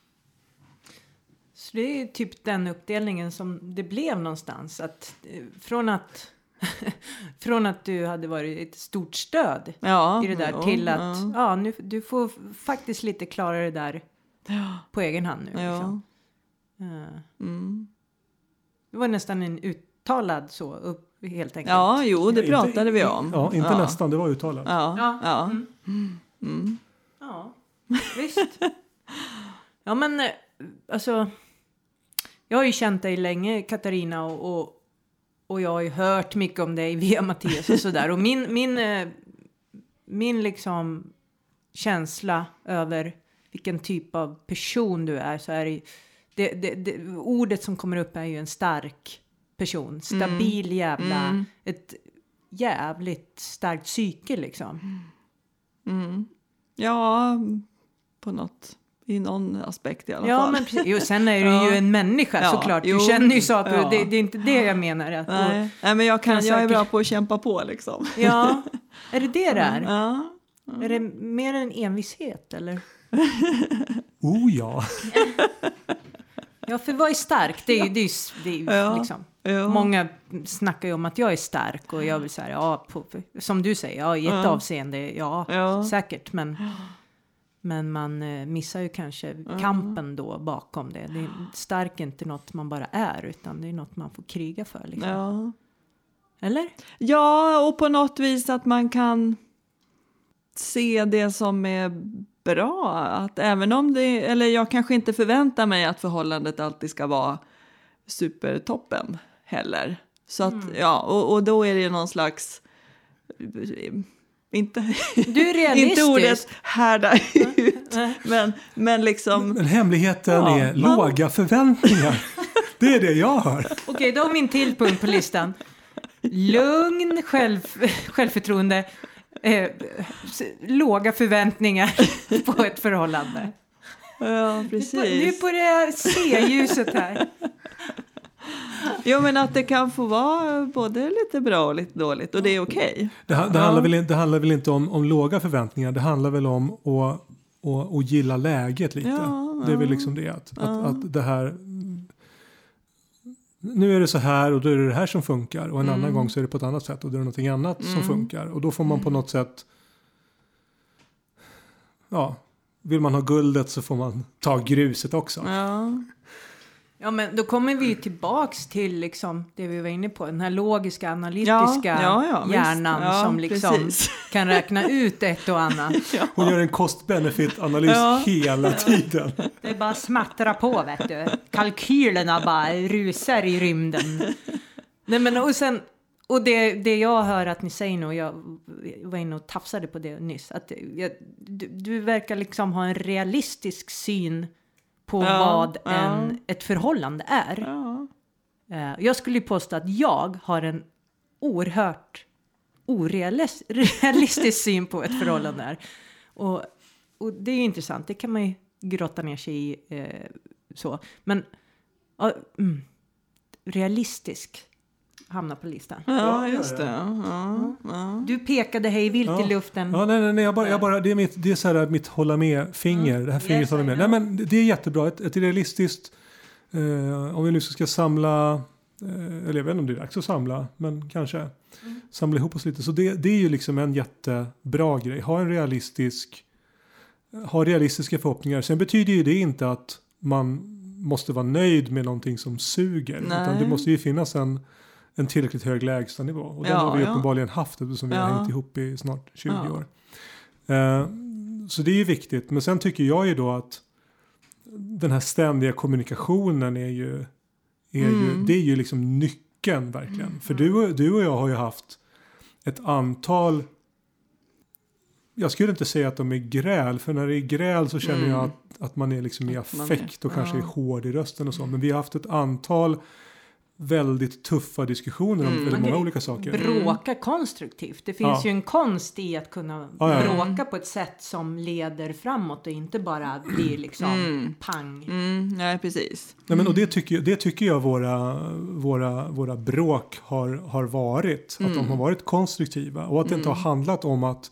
[SPEAKER 1] Så det är typ den uppdelningen som det blev någonstans. Att från att från att du hade varit ett stort stöd ja, i det där ja, till att ja. Ja, nu, du får faktiskt lite klara det där ja. På egen hand nu. Ja. Liksom. Uh, mm. Det var nästan en uttalad så upp helt enkelt.
[SPEAKER 3] Ja, jo, det pratade inte, vi om.
[SPEAKER 2] Ja, inte ja. Nästan, det var uttalat.
[SPEAKER 3] Ja, ja. ja.
[SPEAKER 1] Mm. Mm. Ja, visst. Ja, men alltså, jag har ju känt dig länge, Katarina, och, och, och jag har ju hört mycket om dig via Mattias och sådär. Och min, min, min liksom känsla över vilken typ av person du är, så är det, det, det, det ordet som kommer upp är ju en stark person. Stabil jävla, mm. ett jävligt starkt psyke liksom.
[SPEAKER 3] Mm. Ja, på något, i någon aspekt i alla
[SPEAKER 1] ja,
[SPEAKER 3] fall.
[SPEAKER 1] Men precis. Jo, sen är du ja. Ju en människa ja, såklart. Jo, du känner ju saker, ja. det, det är inte det jag menar. Att,
[SPEAKER 3] Nej. Och, Nej, men jag, kan, jag är bra på att kämpa på liksom.
[SPEAKER 1] Ja, är det det där?
[SPEAKER 3] Ja.
[SPEAKER 1] Ja. Är det mer en envishet eller?
[SPEAKER 2] Oh ja.
[SPEAKER 1] Ja, för vad är stark? Det är ju det är, det är, ja. Liksom. Ja. Många snackar ju om att jag är stark och jag vill säga ja, på, som du säger, ja, i ett ja. Avseende, ja, ja. Säkert, men men man missar ju kanske ja. Kampen då bakom det. Det är stark inte något man bara är, utan det är något man får kriga för liksom.
[SPEAKER 3] Ja.
[SPEAKER 1] Eller?
[SPEAKER 3] Ja, och på något vis att man kan se det som är bra, att även om det, eller jag kanske inte förväntar mig att förhållandet alltid ska vara supertoppen heller. Så att, mm. ja, och, och då är det någon slags, Inte,
[SPEAKER 1] Du är realistisk.
[SPEAKER 3] inte ordet härda ut, men, men liksom...
[SPEAKER 2] Men hemligheten
[SPEAKER 3] Ja,
[SPEAKER 2] är
[SPEAKER 3] man-
[SPEAKER 2] låga förväntningar. Det är det jag hör.
[SPEAKER 1] Okej, då har vi en till punkt på listan. Lugn, själv, självförtroende, eh, s- låga förväntningar på ett förhållande.
[SPEAKER 3] Ja,
[SPEAKER 1] Nu
[SPEAKER 3] precis.
[SPEAKER 1] börjar jag se ljuset här.
[SPEAKER 3] Jo, men att det kan få vara både lite bra och lite dåligt, och det är okej.
[SPEAKER 2] Det, ha- det, handlar, väl, in- det handlar väl inte om, om låga förväntningar. Det handlar väl om att, att, att gilla läget lite.
[SPEAKER 3] Ja,
[SPEAKER 2] Det är väl
[SPEAKER 3] ja.
[SPEAKER 2] liksom det. Att,
[SPEAKER 3] Ja.
[SPEAKER 2] att, att det här... Nu är det så här och då är det det här som funkar. Och en
[SPEAKER 3] Mm.
[SPEAKER 2] annan gång så är det på ett annat sätt och det är någonting annat som
[SPEAKER 3] Mm.
[SPEAKER 2] funkar. Och då får man på något sätt... Ja, vill man ha guldet så får man ta gruset också.
[SPEAKER 3] Ja.
[SPEAKER 1] Ja, men då kommer vi ju tillbaks till liksom det vi var inne på. Den här logiska,
[SPEAKER 3] Ja,
[SPEAKER 1] analytiska
[SPEAKER 3] ja, ja, visst.
[SPEAKER 1] hjärnan
[SPEAKER 3] Ja,
[SPEAKER 1] som liksom
[SPEAKER 3] precis.
[SPEAKER 1] kan räkna ut ett och annat.
[SPEAKER 2] Hon gör en cost-benefit-analys
[SPEAKER 3] Ja.
[SPEAKER 2] hela tiden.
[SPEAKER 1] Det är bara smattra på, vet du. Kalkylerna bara rusar i rymden. Nej, men och sen... Och det, det jag hör att ni säger nu, och jag var inne och tafsade på det nyss, att jag, du, du verkar liksom ha en realistisk syn på
[SPEAKER 3] Ja,
[SPEAKER 1] vad
[SPEAKER 3] ja.
[SPEAKER 1] en, ett förhållande är.
[SPEAKER 3] Ja.
[SPEAKER 1] Eh, Jag skulle ju påstå att jag har en oerhört orealistisk syn på ett förhållande är. Och, och det är ju intressant, det kan man ju grotta ner sig i eh, så. Men ja, mm, realistisk hamnar på listan.
[SPEAKER 3] Ja, just det. Ja, ja.
[SPEAKER 1] Du pekade hej vilt
[SPEAKER 2] Ja.
[SPEAKER 1] i luften.
[SPEAKER 2] Ja, nej, nej, nej, jag bara, jag bara, det är, mitt, det är så här mitt hålla med-finger. Det här fingret
[SPEAKER 1] Yes,
[SPEAKER 2] håller med.
[SPEAKER 1] I
[SPEAKER 2] Nej,
[SPEAKER 1] know.
[SPEAKER 2] men det är jättebra. Ett, ett realistiskt... Eh, om vi nu ska samla... Eh, eller jag vet inte om det är dags att samla. Men kanske
[SPEAKER 1] Mm.
[SPEAKER 2] samla ihop oss lite. Så det, det är ju liksom en jättebra grej. Ha en realistisk... Ha realistiska förhoppningar. Sen betyder ju det inte att man måste vara nöjd med någonting som suger.
[SPEAKER 3] Nej.
[SPEAKER 2] Utan det måste ju finnas en... en tillräckligt hög lägstanivå. Och den
[SPEAKER 3] Ja,
[SPEAKER 2] har vi
[SPEAKER 3] ja.
[SPEAKER 2] uppenbarligen haft eftersom vi
[SPEAKER 3] Ja.
[SPEAKER 2] har hängt ihop i snart tjugo
[SPEAKER 3] Ja.
[SPEAKER 2] år. Eh, så det är ju viktigt. Men sen tycker jag ju då att den här ständiga kommunikationen är ju, är ju,
[SPEAKER 3] Mm.
[SPEAKER 2] det är ju liksom nyckeln verkligen. För du, och- du och jag har ju haft ett antal, jag skulle inte säga att de är gräl, för när det är gräl så känner
[SPEAKER 3] Mm.
[SPEAKER 2] jag att, att man är liksom i
[SPEAKER 3] Att man
[SPEAKER 2] affekt
[SPEAKER 3] är-
[SPEAKER 2] och kanske
[SPEAKER 3] ja.
[SPEAKER 2] är hård i rösten och så. Men vi har haft ett antal väldigt tuffa diskussioner om
[SPEAKER 3] Mm.
[SPEAKER 2] väldigt
[SPEAKER 1] Man
[SPEAKER 2] många
[SPEAKER 1] kan
[SPEAKER 2] olika saker.
[SPEAKER 1] Bråka konstruktivt. Det finns
[SPEAKER 2] Ja.
[SPEAKER 1] ju en konst i att kunna
[SPEAKER 2] Ja, ja, ja.
[SPEAKER 1] bråka på ett sätt som leder framåt och inte bara blir liksom
[SPEAKER 3] Mm.
[SPEAKER 1] pang.
[SPEAKER 3] Mm, nej, precis.
[SPEAKER 2] Nej, men, och det tycker, det tycker jag våra, våra, våra bråk har, har varit. Att de har varit konstruktiva. Och att det inte har handlat om att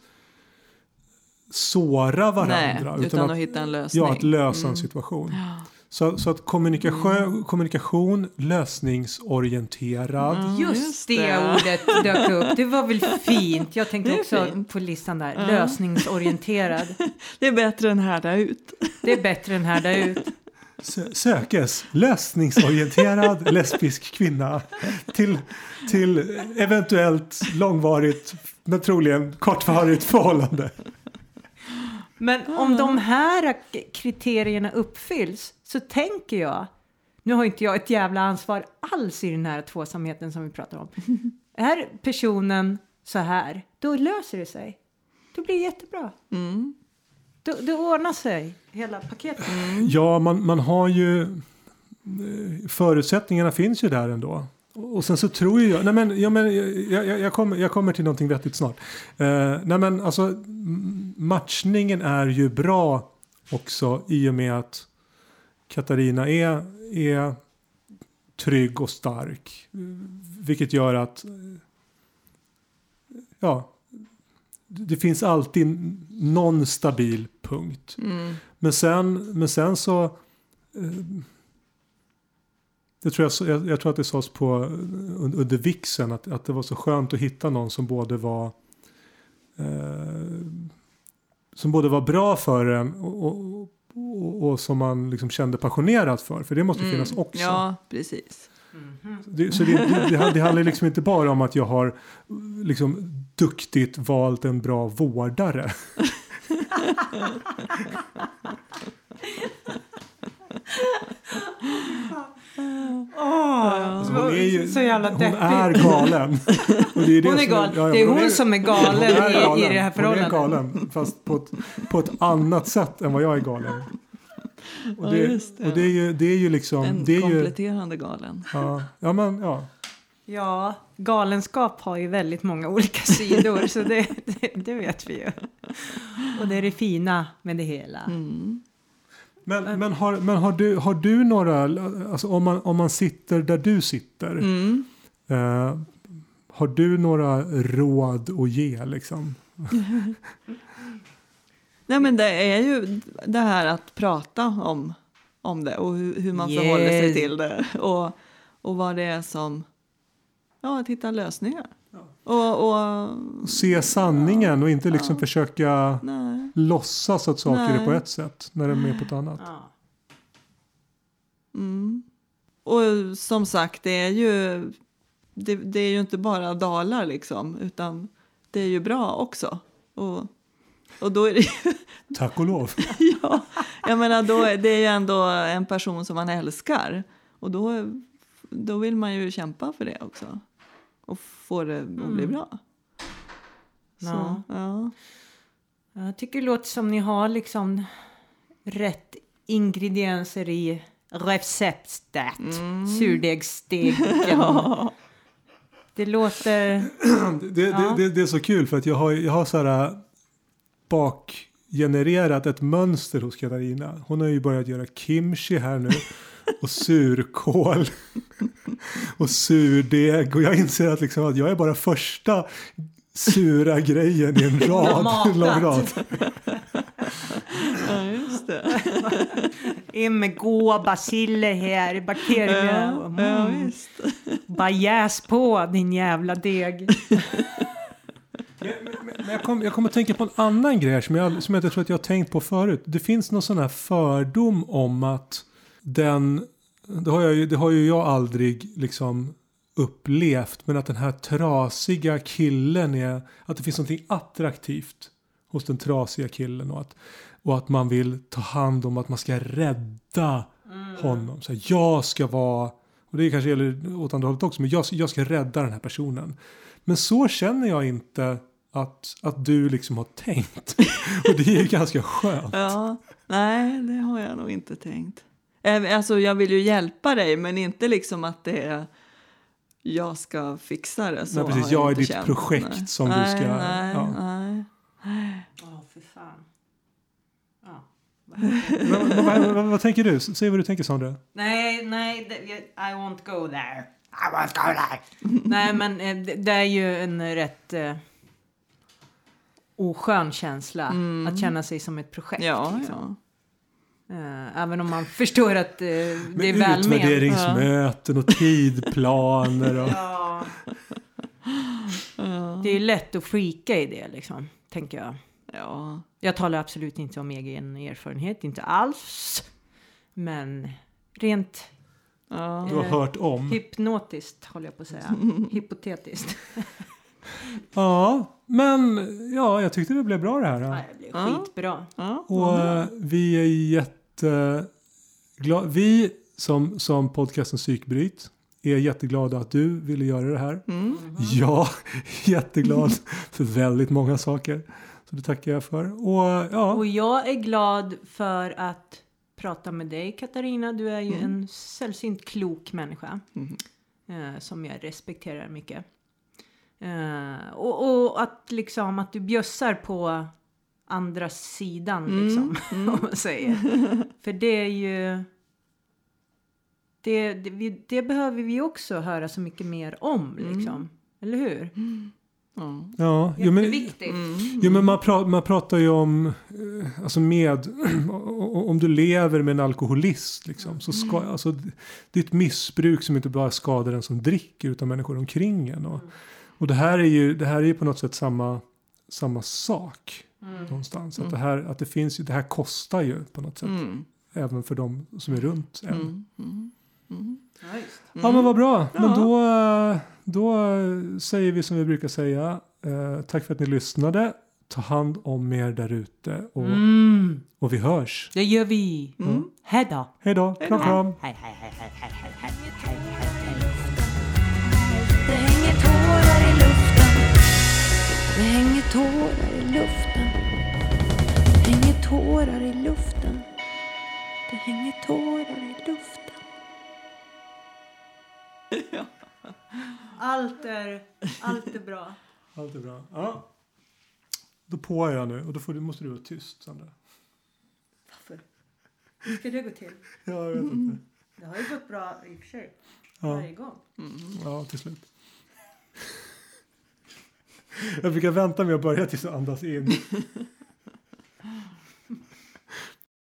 [SPEAKER 2] såra varandra.
[SPEAKER 3] Nej, utan, att, hitta en lösning.
[SPEAKER 2] Ja, att lösa en
[SPEAKER 3] Mm.
[SPEAKER 2] situation. Så, så att kommunikation, kommunikation lösningsorienterad.
[SPEAKER 3] Ja,
[SPEAKER 1] Just,
[SPEAKER 3] just
[SPEAKER 1] det,
[SPEAKER 3] det.
[SPEAKER 1] ordet dök upp. Det var väl fint. Jag tänkte
[SPEAKER 3] Det är
[SPEAKER 1] också
[SPEAKER 3] fint.
[SPEAKER 1] på listan där.
[SPEAKER 3] Ja.
[SPEAKER 1] Lösningsorienterad.
[SPEAKER 3] Det är bättre än härda ut.
[SPEAKER 1] Det är bättre än härda ut.
[SPEAKER 2] Sö- Sökes lösningsorienterad lesbisk kvinna till, till eventuellt långvarigt men troligen kortvarigt förhållande.
[SPEAKER 1] Men om de här kriterierna uppfylls så tänker jag, nu har inte jag ett jävla ansvar alls i den här tvåsamheten som vi pratar om. Är personen så här, då löser det sig. Då blir det jättebra.
[SPEAKER 3] Mm.
[SPEAKER 1] Då, då ordnar sig hela paketet.
[SPEAKER 2] Ja, man, man har ju... eh, Förutsättningarna finns ju där ändå. Och sen så tror jag... Nej men, ja, men jag, jag, jag, kommer, jag kommer till någonting vettigt snart. Eh, nej men alltså, m- matchningen är ju bra också i och med att Katarina är, är trygg och stark. Vilket gör att... eh, Ja... Det finns alltid någon stabil punkt.
[SPEAKER 3] Mm.
[SPEAKER 2] Men sen, men sen så... Eh, jag, tror jag, jag, jag tror att det sades på under, under vixen att, att det var så skönt att hitta någon som både var eh, som både var bra för en och, och, och, och som man liksom kände passionerat för. För det måste
[SPEAKER 3] Mm.
[SPEAKER 2] finnas också.
[SPEAKER 3] Ja, precis.
[SPEAKER 2] Det, så det, det, det, det handlar liksom inte bara om att jag har liksom duktigt valt en bra vårdare.
[SPEAKER 1] Åh,
[SPEAKER 2] Alltså, hon är är ju,
[SPEAKER 1] Så jävla
[SPEAKER 2] hon
[SPEAKER 1] deppigt.
[SPEAKER 2] är galen. Och det är det
[SPEAKER 1] Hon är
[SPEAKER 2] som
[SPEAKER 1] galen.
[SPEAKER 2] ja,
[SPEAKER 1] Det är
[SPEAKER 2] hon
[SPEAKER 1] hon som är galen,
[SPEAKER 2] hon är galen.
[SPEAKER 1] I, i det här förhållandet.
[SPEAKER 2] Hon är galen, fast på ett, på ett annat sätt än vad jag är galen. Och det,
[SPEAKER 3] Ja, just det.
[SPEAKER 2] och det är ju, det är ju liksom...
[SPEAKER 3] En
[SPEAKER 2] det är ju,
[SPEAKER 3] kompletterande galen.
[SPEAKER 2] ja, ja, men ja.
[SPEAKER 1] Ja, galenskap har ju väldigt många olika sidor, så det, det, det vet vi ju. Och det är det fina med det hela.
[SPEAKER 3] Mm.
[SPEAKER 2] Men, men, har, men har, du, har du några... Alltså om man, om man sitter där du sitter...
[SPEAKER 3] Mm.
[SPEAKER 2] Eh, har du några råd att ge liksom?
[SPEAKER 3] Nej, men det är ju det här att prata om, om det och hur, hur man
[SPEAKER 1] Yes.
[SPEAKER 3] förhåller sig till det. Och, och vad det är som... Ja, att hitta lösningar.
[SPEAKER 2] Ja.
[SPEAKER 3] Och, och,
[SPEAKER 2] Se sanningen och inte liksom
[SPEAKER 3] Ja.
[SPEAKER 2] försöka
[SPEAKER 3] nej.
[SPEAKER 2] låtsas att saker
[SPEAKER 3] Nej.
[SPEAKER 2] är på ett sätt när de är på ett annat.
[SPEAKER 1] Ja.
[SPEAKER 3] Mm. Och som sagt, det är ju det, det är ju inte bara dalar liksom, utan det är ju bra också. Och, och då är det ju,
[SPEAKER 2] Tack och lov.
[SPEAKER 3] ja, jag menar då är det är ju ändå en person som man älskar. Och då, då vill man ju kämpa för det också. Och få det att bli bra. Så,
[SPEAKER 1] Ja.
[SPEAKER 3] ja.
[SPEAKER 1] Jag tycker det låter som ni har liksom rätt ingredienser i receptet.
[SPEAKER 3] Mm.
[SPEAKER 1] Surdegsstegen.
[SPEAKER 3] Ja.
[SPEAKER 1] Det låter...
[SPEAKER 2] Det, det,
[SPEAKER 1] Ja.
[SPEAKER 2] det, det är så kul för att jag har, jag har så här bakgenererat ett mönster hos Katarina. Hon har ju börjat göra kimchi här nu. Och surkål. Och surdeg. Och jag inser att, liksom att jag är bara första sura grejen i en rad. En lång rad.
[SPEAKER 3] Ja, just det.
[SPEAKER 1] In med goa basiller här, bakterier.
[SPEAKER 3] Ja,
[SPEAKER 1] Mm.
[SPEAKER 3] ja, visst.
[SPEAKER 1] Bara jäs på din jävla deg.
[SPEAKER 2] Men jag kommer jag kom att tänka på en annan grej som jag, som jag inte tror att jag har tänkt på förut. Det finns någon sån här fördom om att den, det har, jag, ju- det har ju jag aldrig liksom upplevt, men att den här trasiga killen är, att det finns någonting attraktivt hos den trasiga killen och att, och att man vill ta hand om, att man ska rädda honom. Så här, jag ska vara, och det kanske gäller åt andra hållet också, men jag, ska- jag ska rädda den här personen. Men så känner jag inte att, att du liksom har tänkt. Och det är ju ganska skönt.
[SPEAKER 3] Ja, nej, det har jag nog inte tänkt. Eh, Alltså, jag vill ju hjälpa dig, men inte liksom att det är jag ska fixa det. Så
[SPEAKER 2] Nej, precis.
[SPEAKER 3] har
[SPEAKER 2] Jag är
[SPEAKER 3] inte
[SPEAKER 2] ditt
[SPEAKER 3] känt.
[SPEAKER 2] projekt
[SPEAKER 3] Nej.
[SPEAKER 2] som du
[SPEAKER 3] nej,
[SPEAKER 2] ska-
[SPEAKER 3] Nej,
[SPEAKER 2] ja.
[SPEAKER 3] nej.
[SPEAKER 1] Åh, för fan. Ja.
[SPEAKER 2] vad, vad, vad, vad tänker du? Säg vad du tänker, Sandra.
[SPEAKER 1] Nej, nej, det- I won't go there. I won't go there. Nej, men eh, det, det är ju en rätt eh, oskön känsla
[SPEAKER 3] Mm.
[SPEAKER 1] att känna sig som ett projekt.
[SPEAKER 3] Ja,
[SPEAKER 1] liksom.
[SPEAKER 3] ja.
[SPEAKER 1] Eh, även om man förstår att eh, det är
[SPEAKER 2] Med
[SPEAKER 1] välment.
[SPEAKER 2] utvärderingsmöten och tidplaner. Och,
[SPEAKER 1] Ja,
[SPEAKER 3] Ja.
[SPEAKER 1] det är lätt att freaka i det, liksom, tänker jag.
[SPEAKER 3] Ja.
[SPEAKER 1] Jag talar absolut inte om egen erfarenhet, inte alls. Men rent
[SPEAKER 3] Ja.
[SPEAKER 2] du har hört om.
[SPEAKER 1] hypnotiskt, håller jag på att säga. Hypotetiskt.
[SPEAKER 2] Ja, men ja, jag tyckte det blev bra det här.
[SPEAKER 1] Nej, det blir
[SPEAKER 3] Ja.
[SPEAKER 1] skitbra.
[SPEAKER 3] Ja.
[SPEAKER 2] Och eh, vi är jätteglada. Vi som, som podcasten Psykbryt är jätteglada att du ville göra det här.
[SPEAKER 3] Mm.
[SPEAKER 2] Jag är jätteglad för väldigt många saker. Så det tackar jag för. Och ja,
[SPEAKER 1] Och jag är glad för att prata med dig, Katarina. Du är ju
[SPEAKER 3] Mm.
[SPEAKER 1] en sällsynt klok människa.
[SPEAKER 3] Mm.
[SPEAKER 1] Eh, som jag respekterar mycket. Eh, och, och att liksom att du bjössar på andra sidan,
[SPEAKER 3] Mm,
[SPEAKER 1] liksom.
[SPEAKER 3] mm.
[SPEAKER 1] Om man säger. För det är ju... Det, det, vi, det behöver vi också höra så mycket mer om, liksom.
[SPEAKER 3] Mm.
[SPEAKER 1] Eller hur?
[SPEAKER 3] Ja.
[SPEAKER 2] ja, jo, men,
[SPEAKER 1] Jätteviktigt.
[SPEAKER 3] Mm.
[SPEAKER 2] jo, men man, pra, man pratar ju om, eh, alltså med, om du lever med en alkoholist, liksom, så ska, alltså, det är ett missbruk som inte bara skadar den som dricker utan människor omkring en. Och, och det här är ju, det här är ju på något sätt samma, samma sak
[SPEAKER 1] Mm.
[SPEAKER 2] någonstans. Att det här, att det finns ju, det här kostar ju på något sätt.
[SPEAKER 3] Mm.
[SPEAKER 2] Även för de som är runt en.
[SPEAKER 3] Mm. Mm. Mm.
[SPEAKER 1] Ja, just.
[SPEAKER 2] Ja, men vad bra. Men
[SPEAKER 3] Ja.
[SPEAKER 2] då, då säger vi som vi brukar säga. Eh, tack för att ni lyssnade. Ta hand om er där ute. Och,
[SPEAKER 1] Mm,
[SPEAKER 2] och vi hörs.
[SPEAKER 1] det gör vi.
[SPEAKER 3] Mm.
[SPEAKER 1] Hej då.
[SPEAKER 2] Hej då. Kram, kram.
[SPEAKER 1] Hej, hej, hej, hej, hej, hej, hej, hej, hej, hej.
[SPEAKER 4] luften. Det hänger tårar i luften. Det hänger tårar i luften.
[SPEAKER 3] Ja.
[SPEAKER 1] Allt är, allt är bra.
[SPEAKER 2] Allt är bra. Ja. Då påar jag nu och då får du, måste du vara tyst, Sandra.
[SPEAKER 1] Varför? Hur ska det gå till?
[SPEAKER 2] Ja, jag vet inte.
[SPEAKER 1] Det har ju gått bra i och för sig.
[SPEAKER 2] Ja.
[SPEAKER 1] Varje gång.
[SPEAKER 3] Mm.
[SPEAKER 2] Ja, till slut. Jag brukar vänta med att börja tills jag andas in.